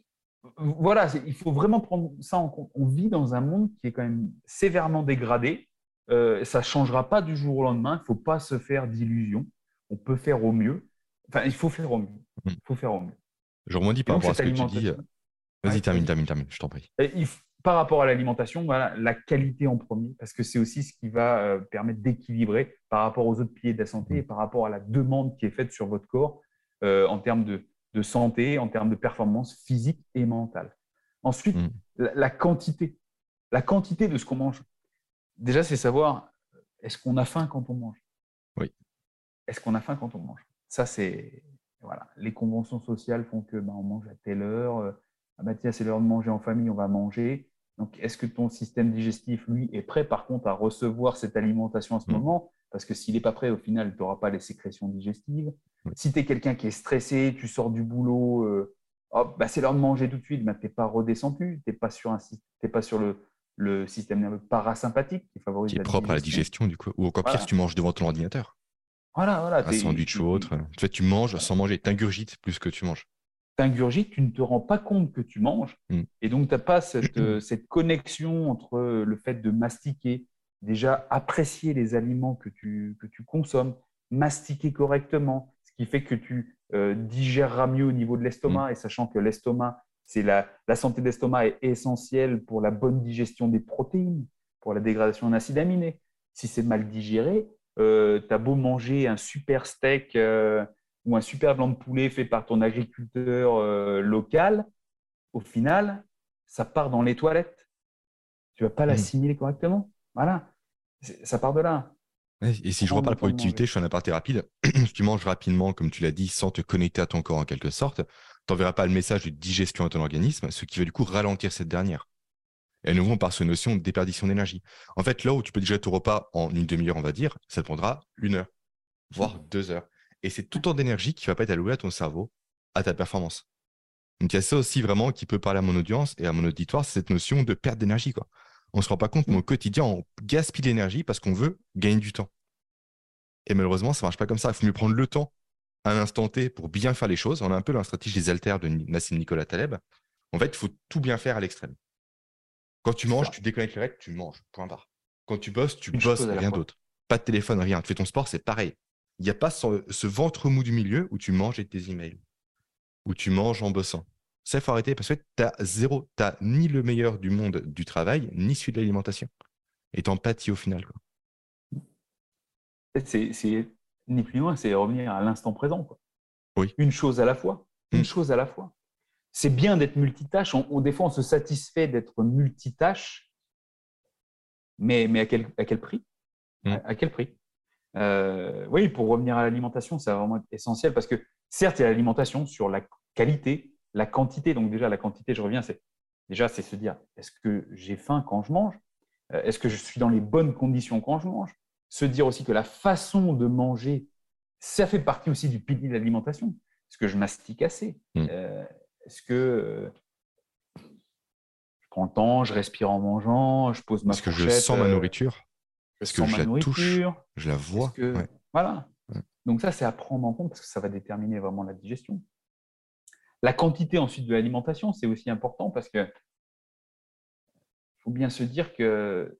Voilà, il faut vraiment prendre ça en compte. On vit dans un monde qui est quand même sévèrement dégradé. Ça ne changera pas du jour au lendemain. Il ne faut pas se faire d'illusions. On peut faire au mieux. Enfin, il faut faire au mieux. Mm. Il faut faire au mieux. Je rebondis Et par donc, rapport à cette ce que tu dis. alimentation, Vas-y, ouais, termine, vas-y. termine, termine, je t'en prie. Par rapport à l'alimentation, voilà, la qualité en premier, parce que c'est aussi ce qui va permettre d'équilibrer par rapport aux autres piliers de la santé Mm. et par rapport à la demande qui est faite sur votre corps en termes de santé, en termes de performance physique et mentale. Ensuite, Mm. la quantité. La quantité de ce qu'on mange. Déjà, c'est savoir, est-ce qu'on a faim quand on mange? Oui. Est-ce qu'on a faim quand on mange? Ça, c'est. Voilà. Les conventions sociales font que on mange à telle heure. Ah bah tiens, c'est l'heure de manger en famille, on va manger. Donc, est-ce que ton système digestif, lui, est prêt par contre à recevoir cette alimentation à ce Mm. moment? Parce que s'il n'est pas prêt, au final, tu n'auras pas les sécrétions digestives. Oui. Si tu es quelqu'un qui est stressé, tu sors du boulot, hop, bah, c'est l'heure de manger tout de suite, bah, tu n'es pas redescendu, tu n'es pas sur le système nerveux parasympathique qui favorise Qui est la propre à la digestion. digestion, du coup. Ou encore pire, si Voilà, tu manges devant ton ordinateur. voilà, voilà. Un sandwich ou autre. Tu vois, tu manges sans manger. T'ingurgites plus que tu manges. T'ingurgites, tu ne te rends pas compte que tu manges. Mm. Et donc, tu n'as pas cette connexion entre le fait de mastiquer, déjà apprécier les aliments que tu consommes, mastiquer correctement, ce qui fait que tu digéreras mieux au niveau de Mm. l'estomac. Et sachant que l'estomac, la santé de l'estomac est essentielle pour la bonne digestion des protéines, pour la dégradation en acides aminés. Si c'est mal digéré, tu as beau manger un super steak ou un super blanc de poulet fait par ton agriculteur local, au final, ça part dans les toilettes. Tu ne vas pas Mm. l'assimiler correctement. Voilà, ça part de là. Ouais, et si je Prendre le reparle temps de productivité, manger. je fais un aparté rapide. Si tu manges rapidement, comme tu l'as dit, sans te connecter à ton corps en quelque sorte, tu n'enverras pas le message de digestion à ton organisme, ce qui va du coup ralentir cette dernière. Et à nouveau, on part sur une notion de déperdition d'énergie. En fait, là où tu peux digérer ton repas en une demi-heure, on va dire, ça te prendra 1 heure, voire 2 heures. Et c'est tout le temps d'énergie qui ne va pas être alloué à ton cerveau, à ta performance. Donc il y a ça aussi vraiment qui peut parler à mon audience et à mon auditoire, c'est cette notion de perte d'énergie, quoi. On ne se rend pas compte, mais au quotidien, on gaspille l'énergie parce qu'on veut gagner du temps. Et malheureusement, ça ne marche pas comme ça. Il faut mieux prendre le temps à l'instant T pour bien faire les choses. On a un peu la stratégie des haltères de Nassim Nicolas Taleb. En fait, il faut tout bien faire à l'extrême. Quand tu C'est manges, ça. tu déconnectes les règles, tu manges, point barre. Quand tu bosses, Une chose à la rien fois. d'autre. Pas de téléphone, rien. Tu fais ton sport, c'est pareil. Il n'y a pas ce ventre mou du milieu où tu manges avec tes emails, où tu manges en bossant. Ça, il faut arrêter parce que tu as zéro. Tu n'as ni le meilleur du monde du travail, ni celui de l'alimentation. Et tu en pâtis au final, quoi. C'est ni plus ni moins, c'est revenir à l'instant présent, quoi. Oui. Une chose à la fois. Une Mm. chose à la fois. C'est bien d'être multitâche. Des fois, on se satisfait d'être multitâche, mais à quel prix? Mm. À quel prix? Oui, pour revenir à l'alimentation, ça va vraiment être essentiel parce que certes, il y a l'alimentation sur la qualité, la quantité. Donc déjà, la quantité, je reviens, c'est se dire, est-ce que j'ai faim quand je mange? Est-ce que je suis dans les bonnes conditions quand je mange? Se dire aussi que la façon de manger, ça fait partie aussi du pilier de l'alimentation. Est-ce que je mastique assez? Mm. Est-ce que je prends le temps, je respire en mangeant, je pose ma Est-ce que je fourchette, sens ma nourriture? je Est-ce que sens je ma la touche? nourriture? Je la Est-ce vois? que… Ouais. Voilà. Ouais. Donc ça, c'est à prendre en compte parce que ça va déterminer vraiment la digestion. La quantité ensuite de l'alimentation, c'est aussi important parce que faut bien se dire que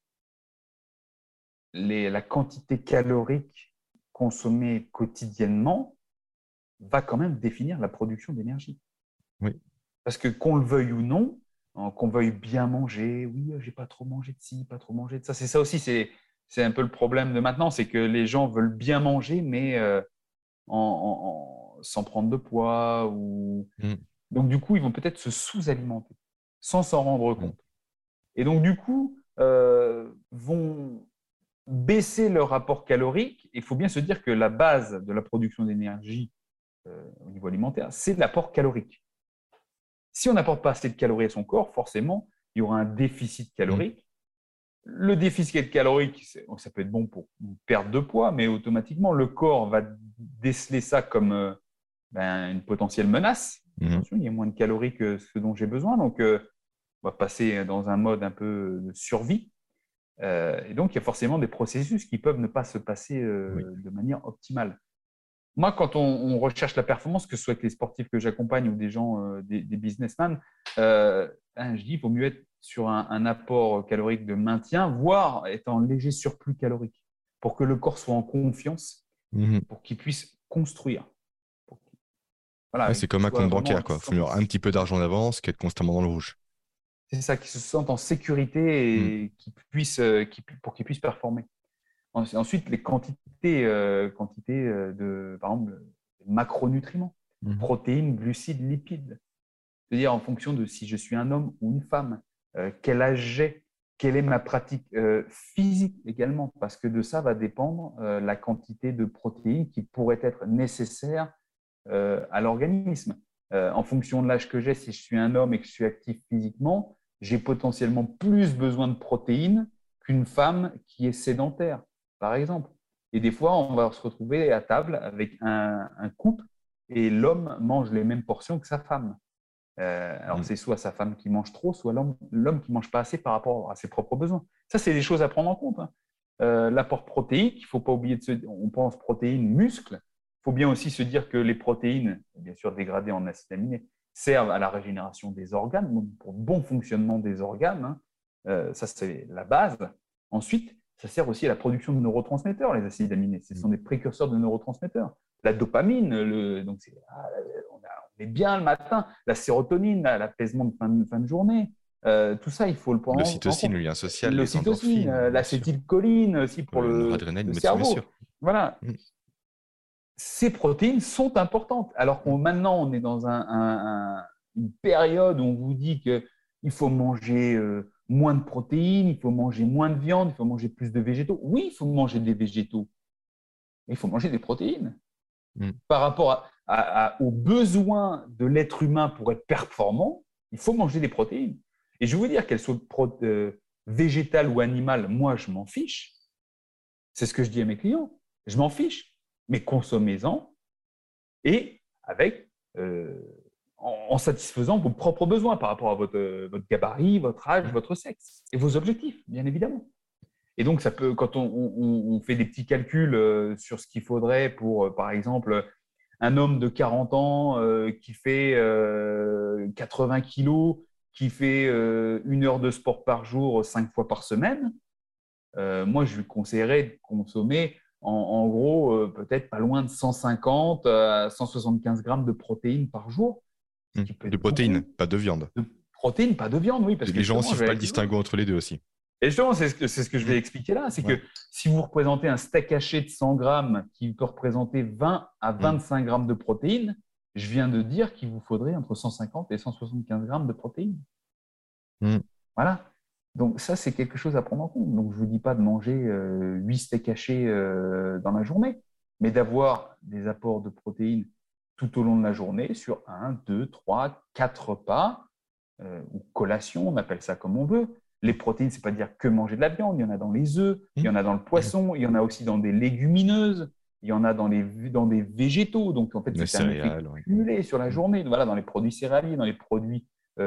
la quantité calorique consommée quotidiennement va quand même définir la production d'énergie. Oui. Parce que qu'on le veuille ou non, qu'on veuille bien manger, oui, j'ai pas trop mangé de ci, pas trop mangé de ça. C'est ça aussi, c'est un peu le problème de maintenant, c'est que les gens veulent bien manger, mais sans prendre de poids. Mm. Donc, du coup, ils vont peut-être se sous-alimenter sans s'en rendre Mm. compte. Et donc, du coup, vont baisser leur rapport calorique. Il faut bien se dire que la base de la production d'énergie au niveau alimentaire, c'est l'apport calorique. Si on n'apporte pas assez de calories à son corps, forcément, il y aura un déficit Mm. calorique. Le déficit calorique, ça peut être bon pour une perte de poids, mais automatiquement, le corps va déceler ça comme une potentielle menace. Mm. Attention, il y a moins de calories que ce dont j'ai besoin, donc on va passer dans un mode un peu de survie. Et donc, il y a forcément des processus qui peuvent ne pas se passer Oui. de manière optimale. Moi, quand on recherche la performance, que ce soit avec les sportifs que j'accompagne ou des gens, des businessmen, je dis qu'il vaut mieux être sur un apport calorique de maintien, voire être en léger surplus calorique, pour que le corps soit en confiance, Mm. pour qu'il puisse construire. Voilà, Ouais, et c'est qu'il comme un soit compte vraiment… bancaire, quoi. Il faut avoir un petit peu d'argent d'avance qu'être constamment dans le rouge. C'est ça, qu'ils se sentent en sécurité Mm. et pour qu'ils puissent performer. Ensuite, les quantités, par exemple, macronutriments, Mm. protéines, glucides, lipides. C'est-à-dire en fonction de si je suis un homme ou une femme, quel âge j'ai, quelle est ma pratique physique également, parce que de ça va dépendre la quantité de protéines qui pourrait être nécessaire à l'organisme. En fonction de l'âge que j'ai, si je suis un homme et que je suis actif physiquement, j'ai potentiellement plus besoin de protéines qu'une femme qui est sédentaire, par exemple. Et des fois, on va se retrouver à table avec un couple et l'homme mange les mêmes portions que sa femme. Alors, Mm. c'est soit sa femme qui mange trop, soit l'homme qui ne mange pas assez par rapport à ses propres besoins. Ça, c'est des choses à prendre en compte. Hein. L'apport protéique, il ne faut pas oublier on pense protéines, muscles. Il faut bien aussi se dire que les protéines, bien sûr dégradées en acides aminés, servent à la régénération des organes, donc pour le bon fonctionnement des organes. Hein. Ça, c'est la base. Ensuite, ça sert aussi à la production de neurotransmetteurs, les acides aminés. Ce sont des précurseurs de neurotransmetteurs. La dopamine, donc on est bien le matin, la sérotonine, l'apaisement de fin de journée. Tout ça, il faut le prendre en L'ocytocine, compte. le lien social, les L'ocytocine, endorphines, bien sûr. l'acétylcholine aussi pour Le le noradrénaline, bien sûr, bien cerveau. sûr. Voilà. Mm. Ces protéines sont importantes. Alors qu'on maintenant, on est dans une période où on vous dit qu'il faut manger moins de protéines, il faut manger moins de viande, il faut manger plus de végétaux. Oui, il faut manger des végétaux, mais il faut manger des protéines. Mm. Par rapport aux besoins de l'être humain pour être performant, il faut manger des protéines. Et je vais vous dire qu'elles soient végétales ou animales, moi, je m'en fiche. C'est ce que je dis à mes clients. Je m'en fiche, mais consommez-en et en satisfaisant vos propres besoins par rapport à votre gabarit, votre âge, votre sexe et vos objectifs, bien évidemment. Et donc, ça peut, quand on fait des petits calculs sur ce qu'il faudrait pour, par exemple, un homme de 40 ans qui fait 80 kilos, qui fait 1 heure de sport par jour, 5 fois par semaine, moi, je lui conseillerais de consommer en gros peut-être pas loin de 150 à 175 grammes de protéines par jour, ce qui peut De être protéines, beaucoup. pas de viande. De protéines, pas de viande, oui, parce que Les gens justement, ne je suivent vais pas aller le plus loin. distinguo entre les deux aussi. Et justement, c'est ce que je vais expliquer là, c'est que si vous représentez un steak haché de 100 grammes qui peut représenter 20 à 25 grammes de protéines, je viens de dire qu'il vous faudrait entre 150 et 175 grammes de protéines. Voilà. Donc ça, c'est quelque chose à prendre en compte. Donc je ne vous dis pas de manger 8 steaks hachés dans la journée, mais d'avoir des apports de protéines tout au long de la journée sur 1, 2, 3, 4 repas, ou collation, on appelle ça comme on veut. Les protéines, ce n'est pas dire que manger de la viande, il y en a dans les œufs, il y en a dans le poisson, il y en a aussi dans des légumineuses, il y en a dans des végétaux. Donc en fait, c'est un effet cumulé sur la journée. Voilà, dans les produits céréaliers, dans les produits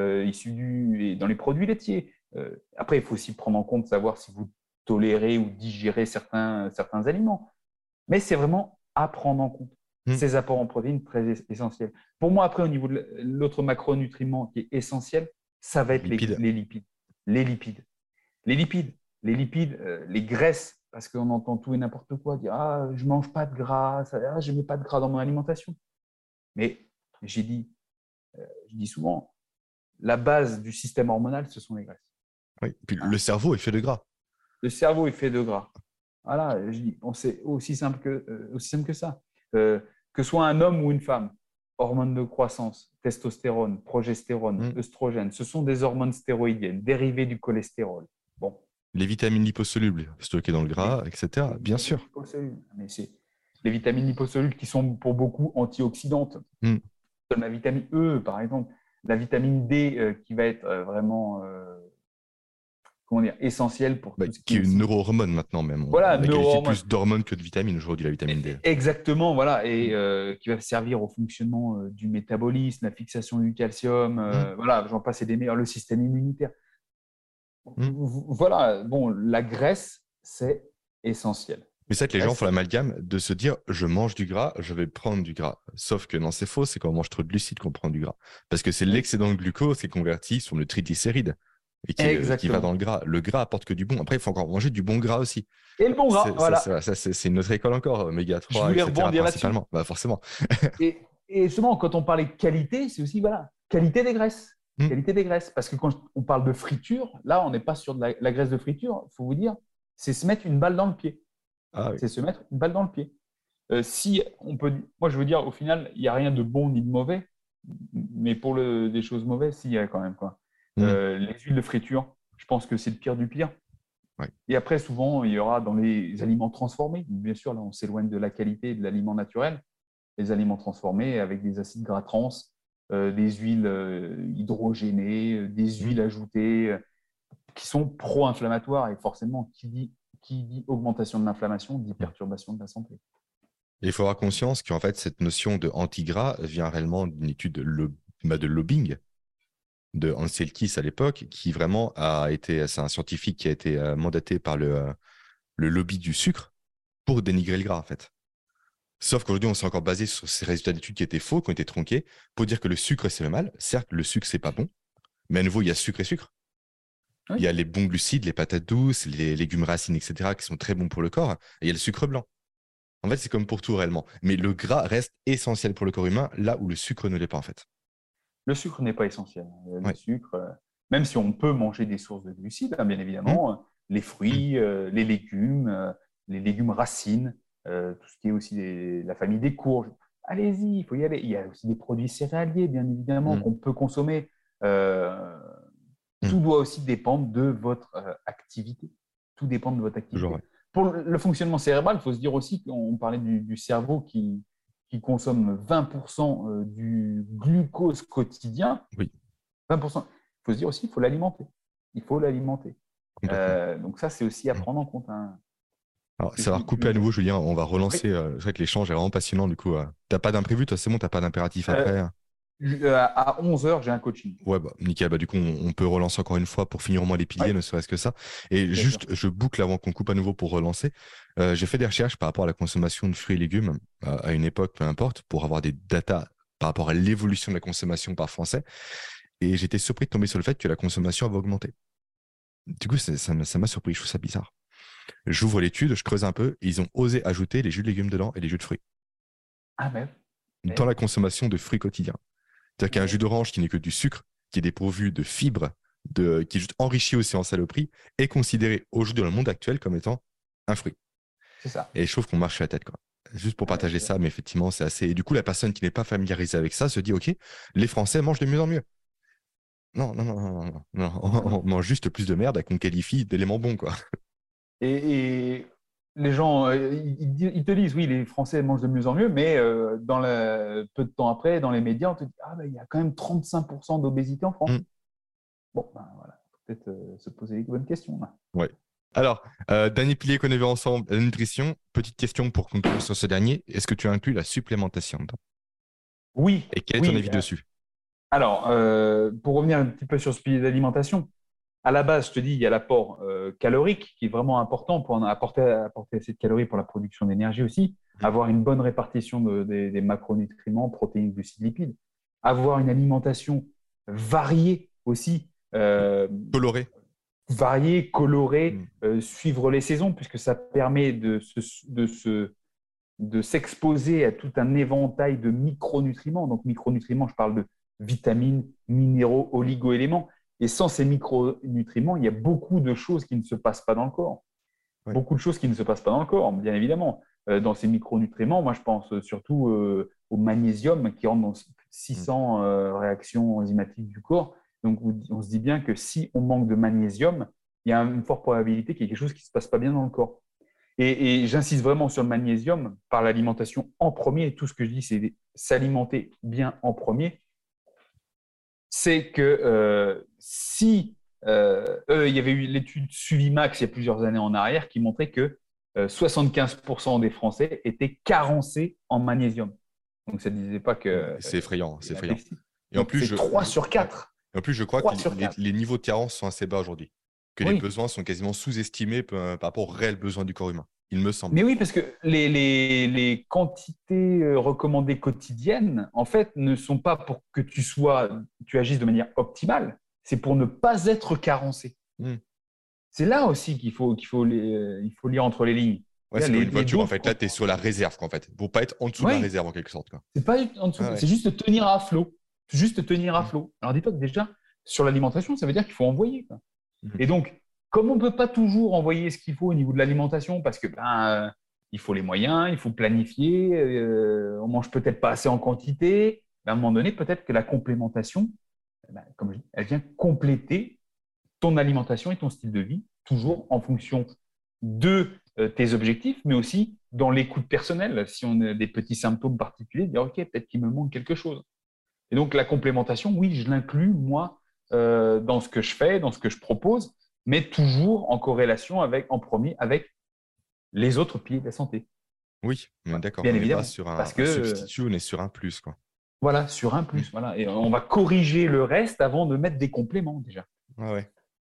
dans les produits laitiers. Après, il faut aussi prendre en compte, savoir si vous tolérez ou digérez certains aliments. Mais c'est vraiment à prendre en compte. Ces apports en protéines, très essentiels. Pour moi, après, au niveau de l'autre macronutriment qui est essentiel, ça va être les lipides. Les lipides. Les lipides. Les lipides, les graisses, parce qu'on entend tout et n'importe quoi, dire « Ah, je ne mange pas de gras, je ne mets pas de gras dans mon alimentation. » Mais je dis souvent, la base du système hormonal, ce sont les graisses. Oui, puis le cerveau est fait de gras. Le cerveau est fait de gras. Voilà, c'est aussi simple que ça. Que soit un homme ou une femme, hormones de croissance, testostérone, progestérone, œstrogène, ce sont des hormones stéroïdiennes dérivées du cholestérol. Bon. Les vitamines liposolubles stockées dans le gras, etc. Bien sûr. Mais c'est les vitamines liposolubles qui sont pour beaucoup antioxydantes. Comme la vitamine E, par exemple, la vitamine D qui va être vraiment essentielle pour tout ce qui est une neurohormone maintenant même. Voilà, on a qualifié plus d'hormones que de vitamines aujourd'hui, la vitamine D. Exactement, voilà, et qui va servir au fonctionnement du métabolisme, la fixation du calcium, voilà, j'en passe et des meilleurs, le système immunitaire. Voilà, bon, la graisse, c'est essentiel. Mais c'est vrai que les gens font l'amalgame de se dire je mange du gras, je vais prendre du gras. Sauf que non, c'est faux, c'est quand on mange trop de glucides qu'on prend du gras. Parce que c'est l'excédent de glucose qui est converti sur le triglycéride et qui va dans le gras. Le gras apporte que du bon. Après, il faut encore manger du bon gras aussi. Et le bon gras, voilà. Ça, c'est une autre école encore, oméga 3, je voulais etc. rebondir principalement. Bah, forcément. et justement, quand on parlait de qualité, c'est aussi qualité des graisses. Qualité des graisses. Parce que quand on parle de friture, là, on n'est pas sur de la graisse de friture. Il faut vous dire, c'est se mettre une balle dans le pied. C'est se mettre une balle dans le pied. Si on peut, moi, je veux dire, au final, il n'y a rien de bon ni de mauvais. Mais pour des choses mauvaises, il y a quand même quoi. Les huiles de friture, je pense que c'est le pire du pire. Et après, souvent, il y aura dans les aliments transformés, bien sûr, là, on s'éloigne de la qualité de l'aliment naturel, les aliments transformés avec des acides gras trans, des huiles hydrogénées, des huiles ajoutées qui sont pro-inflammatoires. Et forcément, qui dit augmentation de l'inflammation, dit perturbation de la santé. Et il faut avoir conscience qu'en fait, cette notion de anti-gras vient réellement d'une étude de lobbying de Hans Selkis à l'époque, qui vraiment c'est un scientifique qui a été mandaté par le lobby du sucre pour dénigrer le gras, en fait. Sauf qu'aujourd'hui, on s'est encore basé sur ces résultats d'études qui étaient faux, qui ont été tronqués, pour dire que le sucre, c'est le mal. Certes, le sucre, c'est pas bon, mais à nouveau, il y a sucre et sucre. Oui. Il y a les bons glucides, les patates douces, les légumes racines, etc., qui sont très bons pour le corps, et il y a le sucre blanc. En fait, c'est comme pour tout réellement. Mais le gras reste essentiel pour le corps humain, là où le sucre ne l'est pas, en fait. Le sucre n'est pas essentiel. Le sucre, même si on peut manger des sources de glucides, bien évidemment, les fruits, les légumes racines, tout ce qui est aussi la famille des courges. Allez-y, il faut y aller. Il y a aussi des produits céréaliers, bien évidemment, qu'on peut consommer. Tout doit aussi dépendre de votre activité. Tout dépend de votre activité. Toujours, Pour le fonctionnement cérébral, il faut se dire aussi qu'on parlait du cerveau qui consomme 20% du glucose quotidien. Oui. 20%. Il faut se dire aussi qu'il faut l'alimenter. Il faut l'alimenter. Donc ça, c'est aussi à prendre en compte. Alors, ça va recouper à nouveau, Julien. On va relancer. C'est vrai que l'échange est vraiment passionnant. Du coup, t'as pas d'imprévu, toi, c'est bon, t'as pas d'impératif après. À 11h, j'ai un coaching. Ouais, nickel. Du coup, on peut relancer encore une fois pour finir au moins les piliers, ne serait-ce que ça. Et bien juste, sûr. Je boucle avant qu'on coupe à nouveau pour relancer. J'ai fait des recherches par rapport à la consommation de fruits et légumes à une époque, peu importe, pour avoir des datas par rapport à l'évolution de la consommation par Français. Et j'étais surpris de tomber sur le fait que la consommation avait augmenté. Du coup, ça m'a surpris, je trouve ça bizarre. J'ouvre l'étude, je creuse un peu, et ils ont osé ajouter les jus de légumes dedans et les jus de fruits Ah, ben, dans la consommation de fruits quotidiens. C'est-à-dire qu'un jus d'orange qui n'est que du sucre, qui est dépourvu de fibres, qui est juste enrichi aussi en saloperie, est considéré aujourd'hui dans le monde actuel comme étant un fruit. c'est ça. Et je trouve qu'on marche sur la tête, quoi. Juste pour partager ça, mais effectivement, c'est assez. Et du coup, la personne qui n'est pas familiarisée avec ça se dit, OK, les Français mangent de mieux en mieux. Non, non, non, non, non, non. On mange juste plus de merde qu'on qualifie d'éléments bons, quoi. Et les gens, ils te disent, oui, les Français mangent de mieux en mieux, mais peu de temps après, dans les médias, on te dit, ah, ben, il y a quand même 35% d'obésité en France. Mm. Bon, ben, voilà, peut-être se poser les bonnes questions, là. Ouais. Alors, dernier pilier qu'on a vu ensemble, la nutrition. Petite question pour conclure sur ce dernier. Est-ce que tu inclus la supplémentation dedans? Oui, Et quel est ton oui. avis dessus? Alors, pour revenir un petit peu sur ce pilier d'alimentation, à la base, je te dis, il y a l'apport calorique qui est vraiment important pour apporter assez de calories pour la production d'énergie aussi, avoir une bonne répartition des macronutriments, protéines, glucides, lipides, avoir une alimentation variée aussi, Coloré. variée, colorée, suivre les saisons, puisque ça permet de s'exposer à tout un éventail de micronutriments. Donc, micronutriments, je parle de vitamines, minéraux, oligo-éléments. Et sans ces micronutriments, il y a beaucoup de choses qui ne se passent pas dans le corps. Ouais. Beaucoup de choses qui ne se passent pas dans le corps, bien évidemment. Dans ces micronutriments, moi, je pense surtout au magnésium qui rentre dans 600 réactions enzymatiques du corps. Donc, on se dit bien que si on manque de magnésium, il y a une forte probabilité qu'il y ait quelque chose qui ne se passe pas bien dans le corps. Et j'insiste vraiment sur le magnésium par l'alimentation en premier. Tout ce que je dis, c'est s'alimenter bien en premier. C'est que si il y avait eu l'étude Suivimax il y a plusieurs années en arrière qui montrait que 75% des Français étaient carencés en magnésium. Donc ça ne disait pas que C'est effrayant, c'est effrayant. Et en donc plus, c'est 3 sur 4. Et en plus, je crois que les niveaux de carence sont assez bas aujourd'hui. Que les besoins sont quasiment sous-estimés par rapport aux réels besoins du corps humain, il me semble. Mais oui, parce que les quantités recommandées quotidiennes, en fait, ne sont pas pour que tu agisses de manière optimale, c'est pour ne pas être carencé. C'est là aussi qu'il faut lire entre les lignes. Ouais, c'est comme une voiture, en fait. Là, tu es sur la réserve, en fait. Pour pas être en dessous de la réserve, en quelque sorte. C'est pas en dessous, c'est juste tenir à flot. Juste tenir à flot. Alors, dis-toi que déjà, sur l'alimentation, ça veut dire qu'il faut envoyer. Et donc, comme on ne peut pas toujours envoyer ce qu'il faut au niveau de l'alimentation, parce que il faut les moyens, il faut planifier, on mange peut-être pas assez en quantité, à un moment donné, peut-être que la complémentation, comme je dis, elle vient compléter ton alimentation et ton style de vie, toujours en fonction de tes objectifs, mais aussi dans l'écoute personnelle. Si on a des petits symptômes particuliers, dire OK, peut-être qu'il me manque quelque chose. Et donc la complémentation, oui, je l'inclus moi dans ce que je fais, dans ce que je propose, mais toujours en corrélation en premier avec les autres piliers de la santé. Oui, d'accord. Bien On n'est évidemment. pas sur un substitut, on est sur un plus, quoi. Voilà, sur un plus. Voilà. Et on va corriger le reste avant de mettre des compléments déjà. Ouais.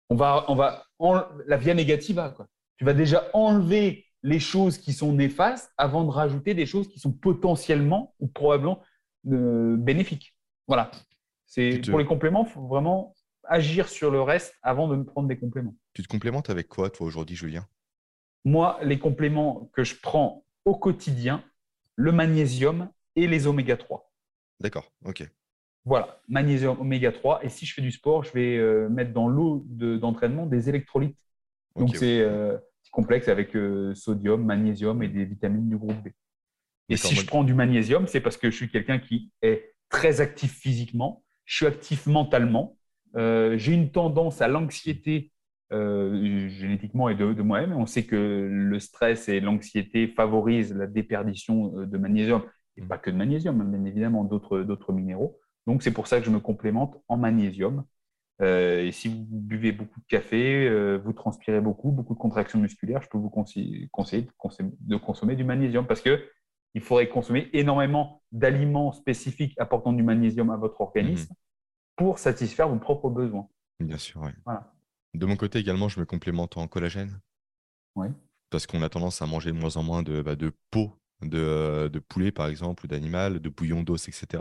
La via négativa, quoi. Tu vas déjà enlever les choses qui sont néfastes avant de rajouter des choses qui sont potentiellement ou probablement bénéfiques. Voilà. Pour les compléments, il faut vraiment agir sur le reste avant de prendre des compléments. Tu te complémentes avec quoi, toi, aujourd'hui, Julien? Moi, les compléments que je prends au quotidien, le magnésium et les oméga 3. D'accord, ok. Voilà, magnésium, oméga 3. Et si je fais du sport, je vais mettre dans l'eau d'entraînement des électrolytes. Donc, c'est petit complexe avec sodium, magnésium et des vitamines du groupe B. Et si je prends du magnésium, c'est parce que je suis quelqu'un qui est très actif physiquement, je suis actif mentalement, j'ai une tendance à l'anxiété génétiquement et de moi-même. On sait que le stress et l'anxiété favorisent la déperdition de magnésium, et pas que de magnésium, bien évidemment d'autres minéraux. Donc, c'est pour ça que je me complémente en magnésium. Et si vous buvez beaucoup de café, vous transpirez beaucoup de contractions musculaires, je peux vous conseiller de consommer du magnésium parce qu'il faudrait consommer énormément d'aliments spécifiques apportant du magnésium à votre organisme pour satisfaire vos propres besoins. Bien sûr, oui. Voilà. De mon côté également, je me complémente en collagène. Oui. Parce qu'on a tendance à manger de moins en moins de peau de poulet, par exemple, ou d'animal, de bouillon d'os, etc.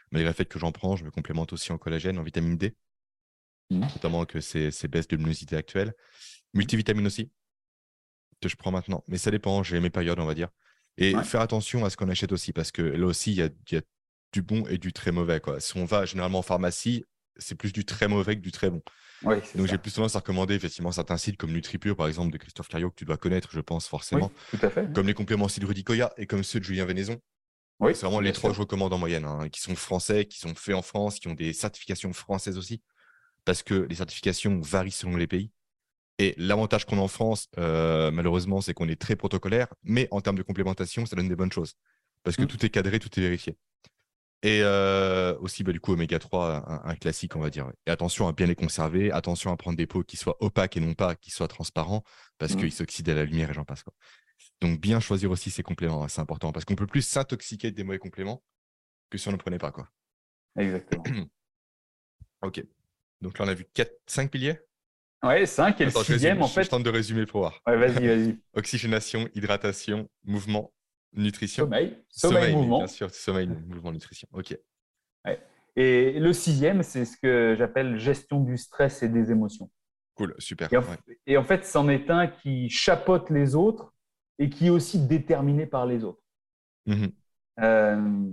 Malgré le fait que j'en prends, je me complémente aussi en collagène, en vitamine D, notamment que ces baisses de luminosité actuelles. Multivitamine aussi, que je prends maintenant. Mais ça dépend, j'ai mes périodes, on va dire. Et Ouais. faire attention à ce qu'on achète aussi, parce que là aussi, il y a du bon et du très mauvais, quoi. Si on va généralement en pharmacie, c'est plus du très mauvais que du très bon. Oui, c'est Donc, j'ai ça. plus tendance à recommander effectivement certains sites comme NutriPure, par exemple, de Christophe Cario, que tu dois connaître, je pense, Oui, forcément, tout à fait. comme les compléments aussi de Rudy Koya et comme ceux de Julien Vénézon. Oui, C'est vraiment les bien trois que sûr. je recommande en moyenne, hein, qui sont français, qui sont faits en France, qui ont des certifications françaises aussi, parce que les certifications varient selon les pays. Et l'avantage qu'on a en France, malheureusement, c'est qu'on est très protocolaire, mais en termes de complémentation, ça donne des bonnes choses. Parce que Mm. tout est cadré, tout est vérifié. Et aussi, bah, du coup, oméga 3, un classique, on va dire. Et attention à bien les conserver, attention à prendre des pots qui soient opaques et non pas qui soient transparents, parce qu'ils Mm. s'oxydent à la lumière et j'en passe, quoi. Donc, bien choisir aussi ses compléments, hein, c'est important, parce qu'on peut plus s'intoxiquer des mauvais compléments que si on ne prenait pas, quoi. Exactement. Ok. Donc là, on a vu 4, 5 piliers. Ouais, 5 et le Attends, je résume. sixième, en Je fait. tente de résumer pour voir. Ouais, vas-y, vas-y. Oxygénation, hydratation, mouvement, nutrition. Sommeil, Sommeil, bien mouvement. sûr. Sommeil, mouvement, nutrition. Ok. Ouais. Et le sixième, c'est ce que j'appelle gestion du stress et des émotions. Cool, super. Et en, Ouais. et en fait, c'en est un qui chapeaute les autres et qui est aussi déterminé par les autres. Mhm. Euh,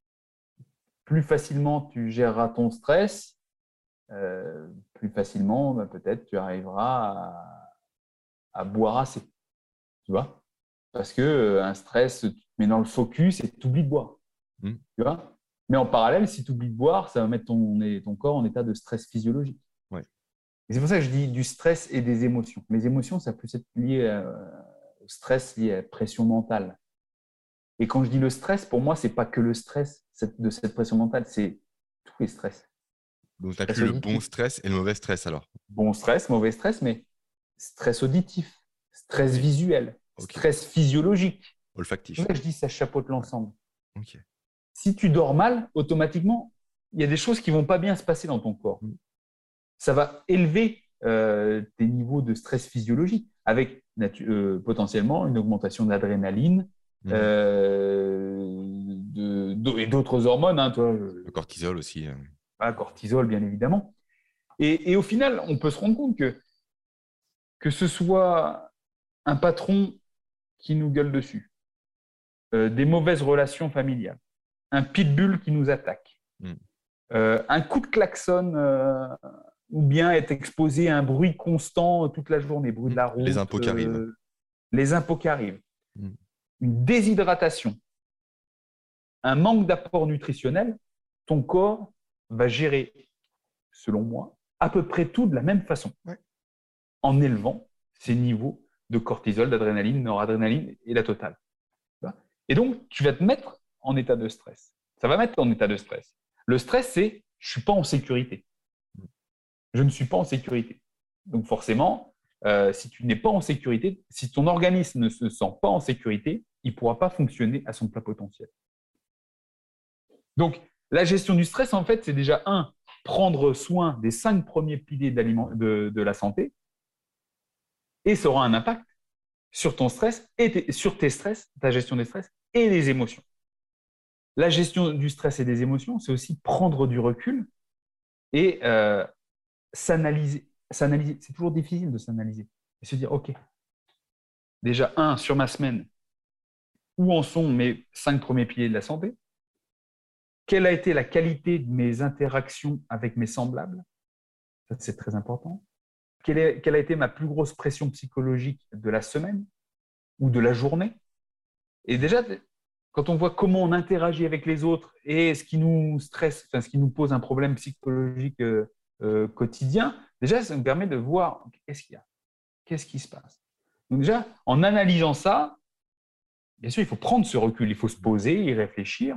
Plus facilement tu géreras ton stress, plus facilement, bah, peut-être tu arriveras à boire assez, tu vois. Parce que un stress, tu te mets dans le focus et tu oublies de boire, Mhm. tu vois. Mais en parallèle, si tu oublies de boire, ça va mettre ton corps en état de stress physiologique. Ouais. Et c'est pour ça que je dis du stress et des émotions. Les émotions, ça peut être lié au stress, lié à la pression mentale. Et quand je dis le stress, pour moi, c'est pas que le stress de cette pression mentale, c'est tous les stress. Donc, tu Stress inclus le bon auditif, stress et le mauvais stress alors. bon stress, mauvais stress, mais stress auditif, stress Oui. visuel, Ok. stress physiologique. C'est Olfactif. pour ça que je dis ça chapeaute Ouais. l'ensemble. Ok. Si tu dors mal, automatiquement, il y a des choses qui vont pas bien se passer dans ton corps. Mhm. Ça va élever tes niveaux de stress physiologique avec potentiellement une augmentation d'adrénaline Mhm. et d'autres hormones, hein, toi, Le cortisol aussi. cortisol bien évidemment. Et au final, on peut se rendre compte que ce soit un patron qui nous gueule dessus, des mauvaises relations familiales, un pitbull qui nous attaque, Mhm. un coup de klaxon ou bien être exposé à un bruit constant toute la journée, bruit de la Les route, impôts qui arrivent. les impôts qui arrivent, Mhm. une déshydratation, un manque d'apport nutritionnel, ton corps va gérer, selon moi, à peu près tout de la même façon, Ouais. en élevant ses niveaux de cortisol, d'adrénaline, noradrénaline et la totale. Et donc, tu vas te mettre en état de stress. Ça va mettre en état de stress. Le stress, c'est je ne suis pas en sécurité. Je ne suis pas en sécurité. Donc, forcément, si tu n'es pas en sécurité, si ton organisme ne se sent pas en sécurité, il ne pourra pas fonctionner à son plein potentiel. Donc, la gestion du stress, en fait, c'est déjà prendre soin des 5 premiers piliers de la santé, et ça aura un impact sur ton stress et sur tes stress, ta gestion des stress et des émotions. La gestion du stress et des émotions, c'est aussi prendre du recul et s'analyser. S'analyser, c'est toujours difficile de s'analyser et se dire, OK, déjà, sur ma semaine, où en sont mes 5 premiers piliers de la santé? Quelle a été la qualité de mes interactions avec mes semblables? Ça, c'est très important. Quelle a été ma plus grosse pression psychologique de la semaine ou de la journée? Et déjà, quand on voit comment on interagit avec les autres et ce qui nous stresse, enfin, ce qui nous pose un problème psychologique quotidien, déjà, ça nous permet de voir qu'est-ce qu'il y a, qu'est-ce qui se passe. Donc déjà, en analysant ça, bien sûr, il faut prendre ce recul, il faut se poser, y réfléchir.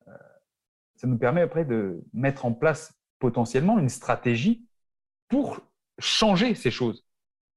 Ça nous permet après de mettre en place potentiellement une stratégie pour changer ces choses.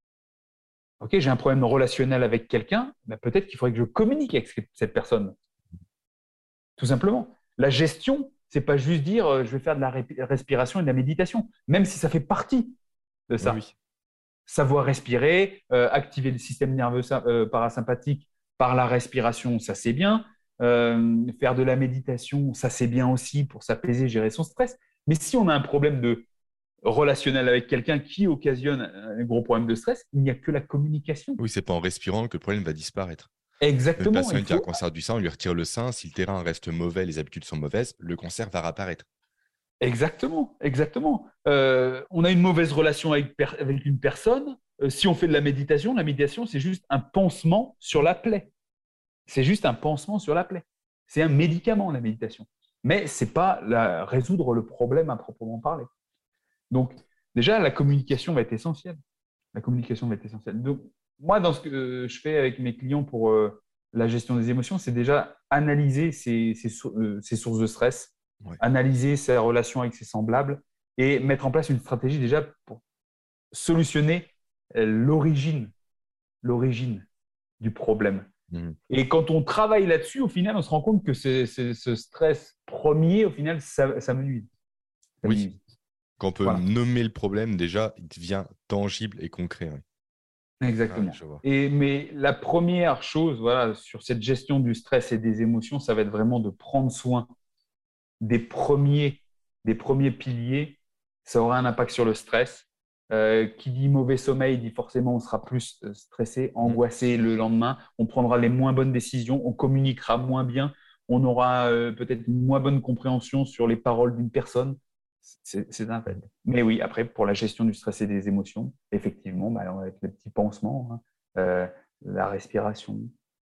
Ok, j'ai un problème relationnel avec quelqu'un, ben peut-être qu'il faudrait que je communique avec cette personne. Tout simplement. La gestion, c'est pas juste dire je vais faire de la respiration et de la méditation, même si ça fait partie de Oui, ça. oui. Savoir respirer, activer le système nerveux parasympathique par la respiration, ça c'est bien. Faire de la méditation, ça c'est bien aussi pour s'apaiser, gérer son stress. Mais si on a un problème relationnel avec quelqu'un qui occasionne un gros problème de stress, il n'y a que la communication. Oui, c'est pas en respirant que le problème va disparaître. Une Exactement, il personne qui a un faut cancer du sein, on lui retire le sein. Si le terrain reste mauvais, les habitudes sont mauvaises, le cancer va réapparaître. exactement, exactement. On a une mauvaise relation avec une personne. Si on fait de la méditation, c'est juste un pansement sur la plaie. C'est juste un pansement sur la plaie. C'est un médicament, la méditation. Mais ce n'est pas résoudre le problème à proprement parler. Donc, déjà, la communication va être essentielle. La communication va être essentielle. Donc, moi, dans ce que je fais avec mes clients pour la gestion des émotions, c'est déjà analyser ses sources de stress, Ouais. analyser ses relations avec ses semblables et mettre en place une stratégie déjà pour solutionner l'origine du problème. Mhm. Et quand on travaille là-dessus, au final, on se rend compte que ce stress premier, au final, ça me nuit. Ça me Oui, nuit. quand on peut Voilà. nommer le problème, déjà, il devient tangible et concret. Oui. Ah, Exactement. je vois. Mais la première chose, voilà, sur cette gestion du stress et des émotions, ça va être vraiment de prendre soin des premiers, des premiers piliers. Ça aura un impact sur le stress. Qui dit mauvais sommeil dit forcément on sera plus stressé, Mhm. angoissé le lendemain. On prendra les moins bonnes décisions, on communiquera moins bien, on aura peut-être une moins bonne compréhension sur les paroles d'une personne. C'est un fait. Mais oui, après, pour la gestion du stress et des émotions, effectivement, bah, on va avec les petits pansements, hein, la respiration,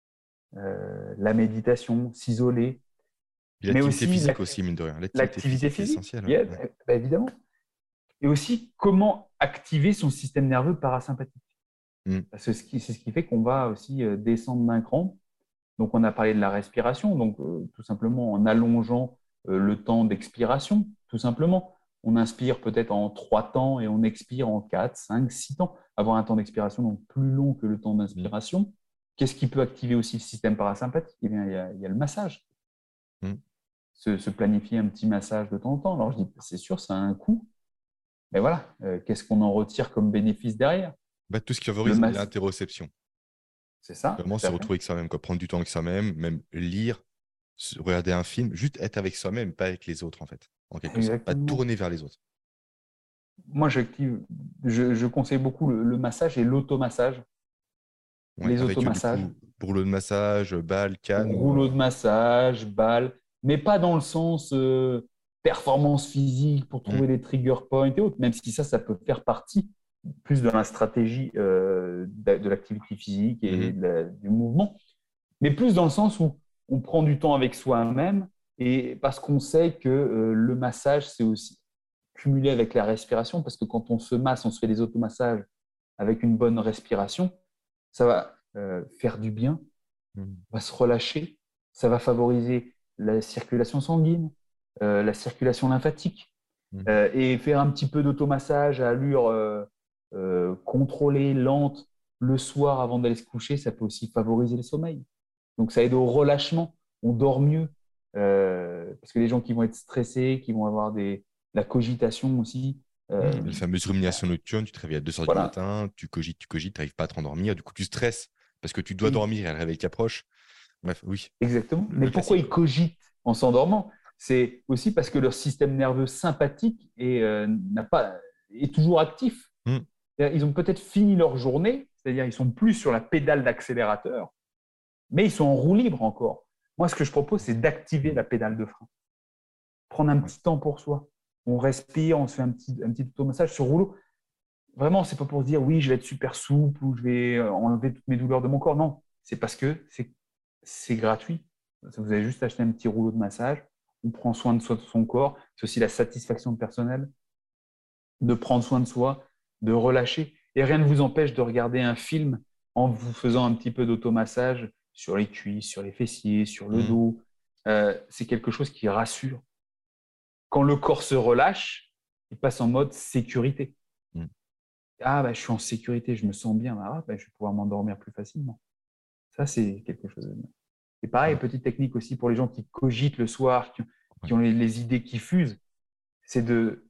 la méditation, s'isoler, Et mais l'activité aussi physique aussi, mine de rien. L'activité l'activité physique est physique, essentielle. yeah, Ouais. bah, évidemment. Et aussi, comment activer son système nerveux parasympathique. Mhm. C'est ce qui fait qu'on va aussi descendre d'un cran. Donc, on a parlé de la respiration, donc tout simplement en allongeant le temps d'expiration, tout simplement. On inspire peut-être en 3 temps et on expire en 4, 5, 6 temps. Avoir un temps d'expiration donc plus long que le temps Mhm. d'inspiration. Qu'est-ce qui peut activer aussi le système parasympathique? Eh bien, il y a le massage. Mhm. Se planifier un petit massage de temps en temps. Alors, je dis, c'est sûr, ça a un coût, mais voilà, qu'est-ce qu'on en retire comme bénéfice derrière? Bah, tout ce qui Le favorise massage, l'interoception. c'est ça, Vraiment tout se à fait. retrouver avec soi-même, quoi. Prendre du temps avec soi-même, même lire, regarder un film, juste être avec soi-même, pas avec les autres, en fait, en quelque sorte. Pas Exactement. tourner vers les autres. Moi, je conseille beaucoup le massage et l'automassage. Ouais, Les avec du automassages, coup, bourreau de massage, balle, canne ou. rouleau de massage, balle, mais pas dans le sens performance physique pour trouver des trigger points et autres, même si ça peut faire partie plus de la stratégie de l'activité physique et Mhm. du mouvement, mais plus dans le sens où on prend du temps avec soi-même et parce qu'on sait que le massage, c'est aussi cumulé avec la respiration, parce que quand on se masse, on se fait des automassages avec une bonne respiration, ça va faire du bien, Mhm. va se relâcher, ça va favoriser la circulation sanguine, la circulation lymphatique, Mhm. et faire un petit peu d'automassage à allure contrôlée, lente, le soir avant d'aller se coucher, ça peut aussi favoriser le sommeil. Donc ça aide au relâchement, on dort mieux, parce que les gens qui vont être stressés, qui vont avoir la cogitation aussi, La fameuse rumination nocturne, tu te réveilles à 2 heures du voilà. matin, tu cogites, tu n'arrives pas à te rendormir, du coup tu stresses parce que tu dois Et dormir et le réveil qui approche. Bref, oui, exactement. Mais le pourquoi classique, ils quoi. cogitent en s'endormant? C'est aussi parce que leur système nerveux sympathique est toujours actif. Mhm. Ils ont peut-être fini leur journée, c'est-à-dire ils sont plus sur la pédale d'accélérateur, mais ils sont en roue libre encore. Moi, ce que je propose, c'est d'activer la pédale de frein. Prendre un Ouais. petit temps pour soi. On respire, on se fait un petit automassage sur rouleau. Vraiment, c'est pas pour se dire oui, je vais être super souple ou je vais enlever toutes mes douleurs de mon corps. Non, c'est parce que c'est gratuit. Vous avez juste acheté un petit rouleau de massage. On prend soin de soi, de son corps. C'est aussi la satisfaction personnelle de prendre soin de soi, de relâcher. Et rien ne vous empêche de regarder un film en vous faisant un petit peu d'automassage sur les cuisses, sur les fessiers, sur le Mhm. dos. C'est quelque chose qui rassure. Quand le corps se relâche, il passe en mode sécurité. Mhm. Ah, bah, je suis en sécurité, je me sens bien, ah, bah, je vais pouvoir m'endormir plus facilement. Ça, c'est quelque chose de bien. Et pareil, Ouais. petite technique aussi pour les gens qui cogitent le soir, qui Ouais. ont les idées qui fusent, c'est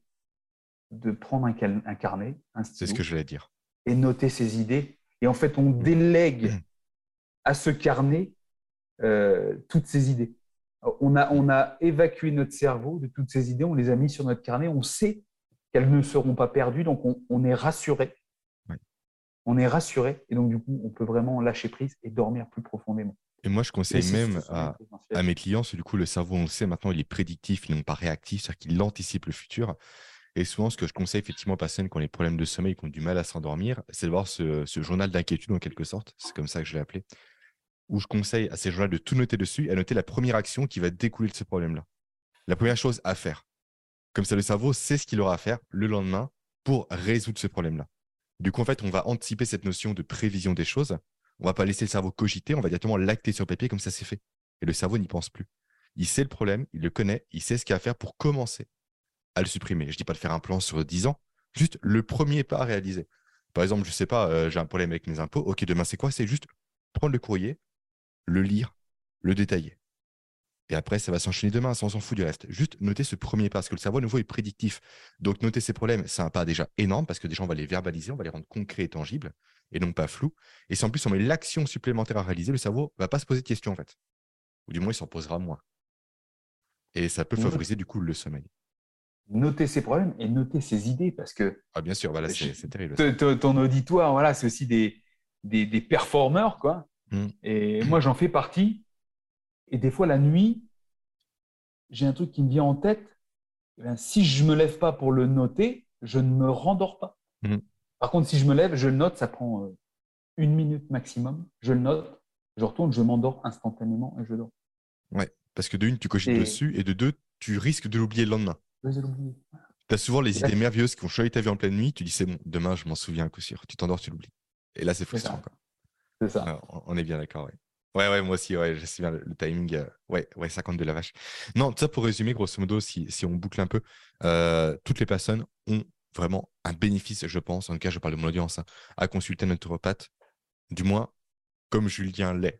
de prendre un carnet, un C'est ce que stylo, je voulais dire. et noter ses idées. Et en fait, on Mhm. délègue à ce carnet toutes ces idées. On a évacué notre cerveau de toutes ces idées, on les a mis sur notre carnet, on sait qu'elles ne seront pas perdues, donc on est rassuré. Ouais. On est rassuré, et donc du coup, on peut vraiment lâcher prise et dormir plus profondément. Et moi, je conseille même à mes mes clients, parce que du coup, le cerveau, on le sait maintenant, il est prédictif, il n'est pas réactif, c'est-à-dire qu'il anticipe le futur. Et souvent, ce que je conseille effectivement aux personnes qui ont des problèmes de sommeil, qui ont du mal à s'endormir, c'est de voir ce journal d'inquiétude en quelque sorte, c'est comme ça que je l'ai appelé, où je conseille à ces journaux de tout noter dessus et à noter la première action qui va découler de ce problème-là. La première chose à faire. Comme ça, le cerveau sait ce qu'il aura à faire le lendemain pour résoudre ce problème-là. Du coup, en fait, on va anticiper cette notion de prévision des choses. On va pas laisser le cerveau cogiter, on va directement l'acter sur papier comme ça c'est fait. Et le cerveau n'y pense plus. Il sait le problème, il le connaît, il sait ce qu'il y a à faire pour commencer à le supprimer. Je dis pas de faire un plan sur 10 ans, juste le premier pas à réaliser. Par exemple, je sais pas, j'ai un problème avec mes impôts. Ok, demain c'est quoi? C'est juste prendre le courrier, le lire, le détailler. Et après, ça va s'enchaîner demain, ça, on s'en fout du reste. Juste noter ce premier pas, parce que le cerveau, à nouveau, est prédictif. Donc, noter ces problèmes, c'est un pas déjà énorme, parce que déjà, on va les verbaliser, on va les rendre concrets et tangibles, et non pas flous. Et si en plus, on met l'action supplémentaire à réaliser, le cerveau ne va pas se poser de questions, en fait. Ou du moins, il s'en posera moins. Et ça peut favoriser, du coup, le sommeil. Noter ses problèmes et noter ses idées, parce que Ah, bien sûr, voilà, c'est terrible. Ton auditoire, voilà, c'est aussi des performeurs, quoi. Et moi, j'en fais partie. Et des fois, la nuit, j'ai un truc qui me vient en tête. Eh bien, si je ne me lève pas pour le noter, je ne me rendors pas. Par contre, si je me lève, je le note, ça prend 1 minute maximum. Je le note, je retourne, je m'endors instantanément et je dors. Ouais, parce que de une, tu cogites dessus, et de deux, tu risques de l'oublier le lendemain. Tu as souvent les idées merveilleuses qui vont choyer ta vie en pleine nuit. Tu dis, c'est bon, demain, je m'en souviens à coup sûr. Tu t'endors, tu l'oublies. Et là, c'est frustrant. C'est ça. Ouais, on est bien d'accord, ouais. Ouais, moi aussi, ouais, je sais bien le timing. Ouais, 50 de la vache. Non, ça pour résumer, grosso modo, si on boucle un peu, toutes les personnes ont vraiment un bénéfice, je pense, en tout cas, je parle de mon audience, hein, à consulter un naturopathe, du moins comme Julien l'est.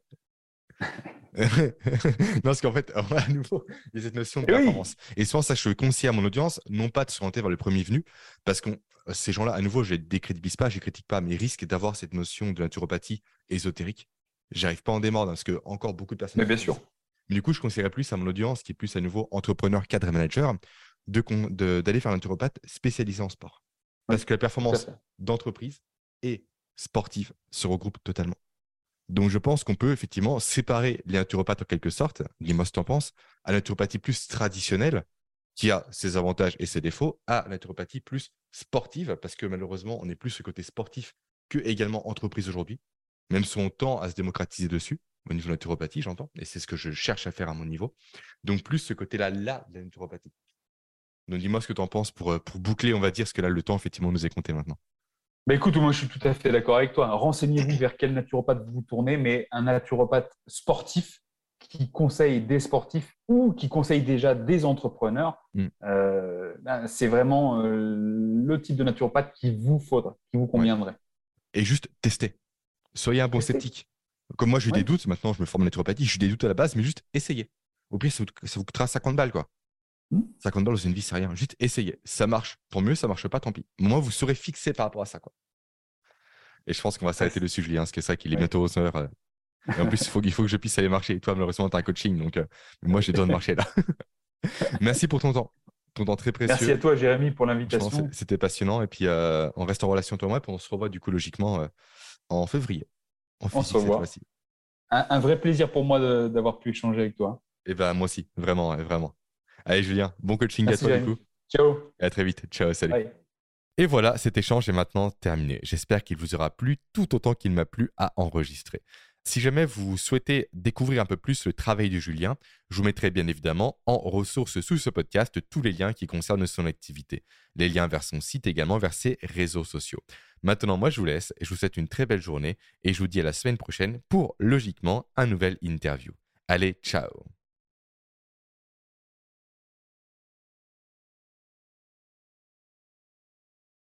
Non, parce qu'en fait, à nouveau, il y a cette notion de performance. Et souvent, ça, je conseille à mon audience, non pas de s'orienter vers le premier venu, parce que ces gens-là, à nouveau, je ne les décrédibilise pas, je ne les critique pas, mais ils risquent d'avoir cette notion de naturopathie ésotérique. J'arrive pas à en démordre, parce que encore beaucoup de personnes. Mais bien sûr. Mais du coup, je conseillerais plus à mon audience, qui est plus à nouveau entrepreneur, cadre et manager, d'aller faire un naturopathe spécialisé en sport. Parce que la performance d'entreprise et sportive se regroupe totalement. Donc, je pense qu'on peut effectivement séparer les naturopathes en quelque sorte, dis-moi ce que tu en penses, à la naturopathie plus traditionnelle, qui a ses avantages et ses défauts, à la naturopathie plus sportive, parce que malheureusement, on est plus ce côté sportif que également entreprise aujourd'hui, même si on tend à se démocratiser dessus, au niveau de la naturopathie, j'entends, et c'est ce que je cherche à faire à mon niveau. Donc, plus ce côté-là, de la naturopathie. Donc, dis-moi ce que tu en penses pour boucler, on va dire, parce que là, le temps, effectivement, nous est compté maintenant. Bah écoute, moi je suis tout à fait d'accord avec toi. Renseignez-vous vers quel naturopathe vous tournez, mais un naturopathe sportif qui conseille des sportifs ou qui conseille déjà des entrepreneurs, c'est vraiment le type de naturopathe qu'il vous faudra, qui vous conviendrait. Et juste tester. Soyez un bon sceptique. Comme moi, j'ai eu des doutes. Maintenant, je me forme en naturopathie. J'ai eu des doutes à la base, mais juste essayez. Au pire, ça vous coûtera 50 balles, quoi. 50 balles dans une vie, c'est rien. Juste essayez. Ça marche. Tant mieux, ça marche pas, tant pis. Au moins, vous serez fixé par rapport à ça, quoi. Et je pense qu'on va s'arrêter dessus, Julien, parce que c'est ça qu'il est bientôt 11h. Et en plus, il faut que je puisse aller marcher. Et toi, malheureusement, tu as un coaching. Donc, moi, j'ai besoin de marcher là. Merci pour ton temps. Ton temps très précieux. Merci à toi, Jérémy, pour l'invitation. C'était passionnant. Et puis, on reste en relation, toi et moi. Puis on se revoit, du coup, logiquement, en février. On se revoit. Un vrai plaisir pour moi d'avoir pu échanger avec toi. Et ben moi aussi, vraiment, vraiment. Allez, Julien, bon coaching. Merci, à toi, Jérémy. du coup. Ciao. Et à très vite. Ciao, salut. Bye. Et voilà, cet échange est maintenant terminé. J'espère qu'il vous aura plu tout autant qu'il m'a plu à enregistrer. Si jamais vous souhaitez découvrir un peu plus le travail de Julien, je vous mettrai bien évidemment en ressources sous ce podcast tous les liens qui concernent son activité. Les liens vers son site également, vers ses réseaux sociaux. Maintenant, moi, je vous laisse et je vous souhaite une très belle journée et je vous dis à la semaine prochaine pour, logiquement, un nouvel interview. Allez, ciao!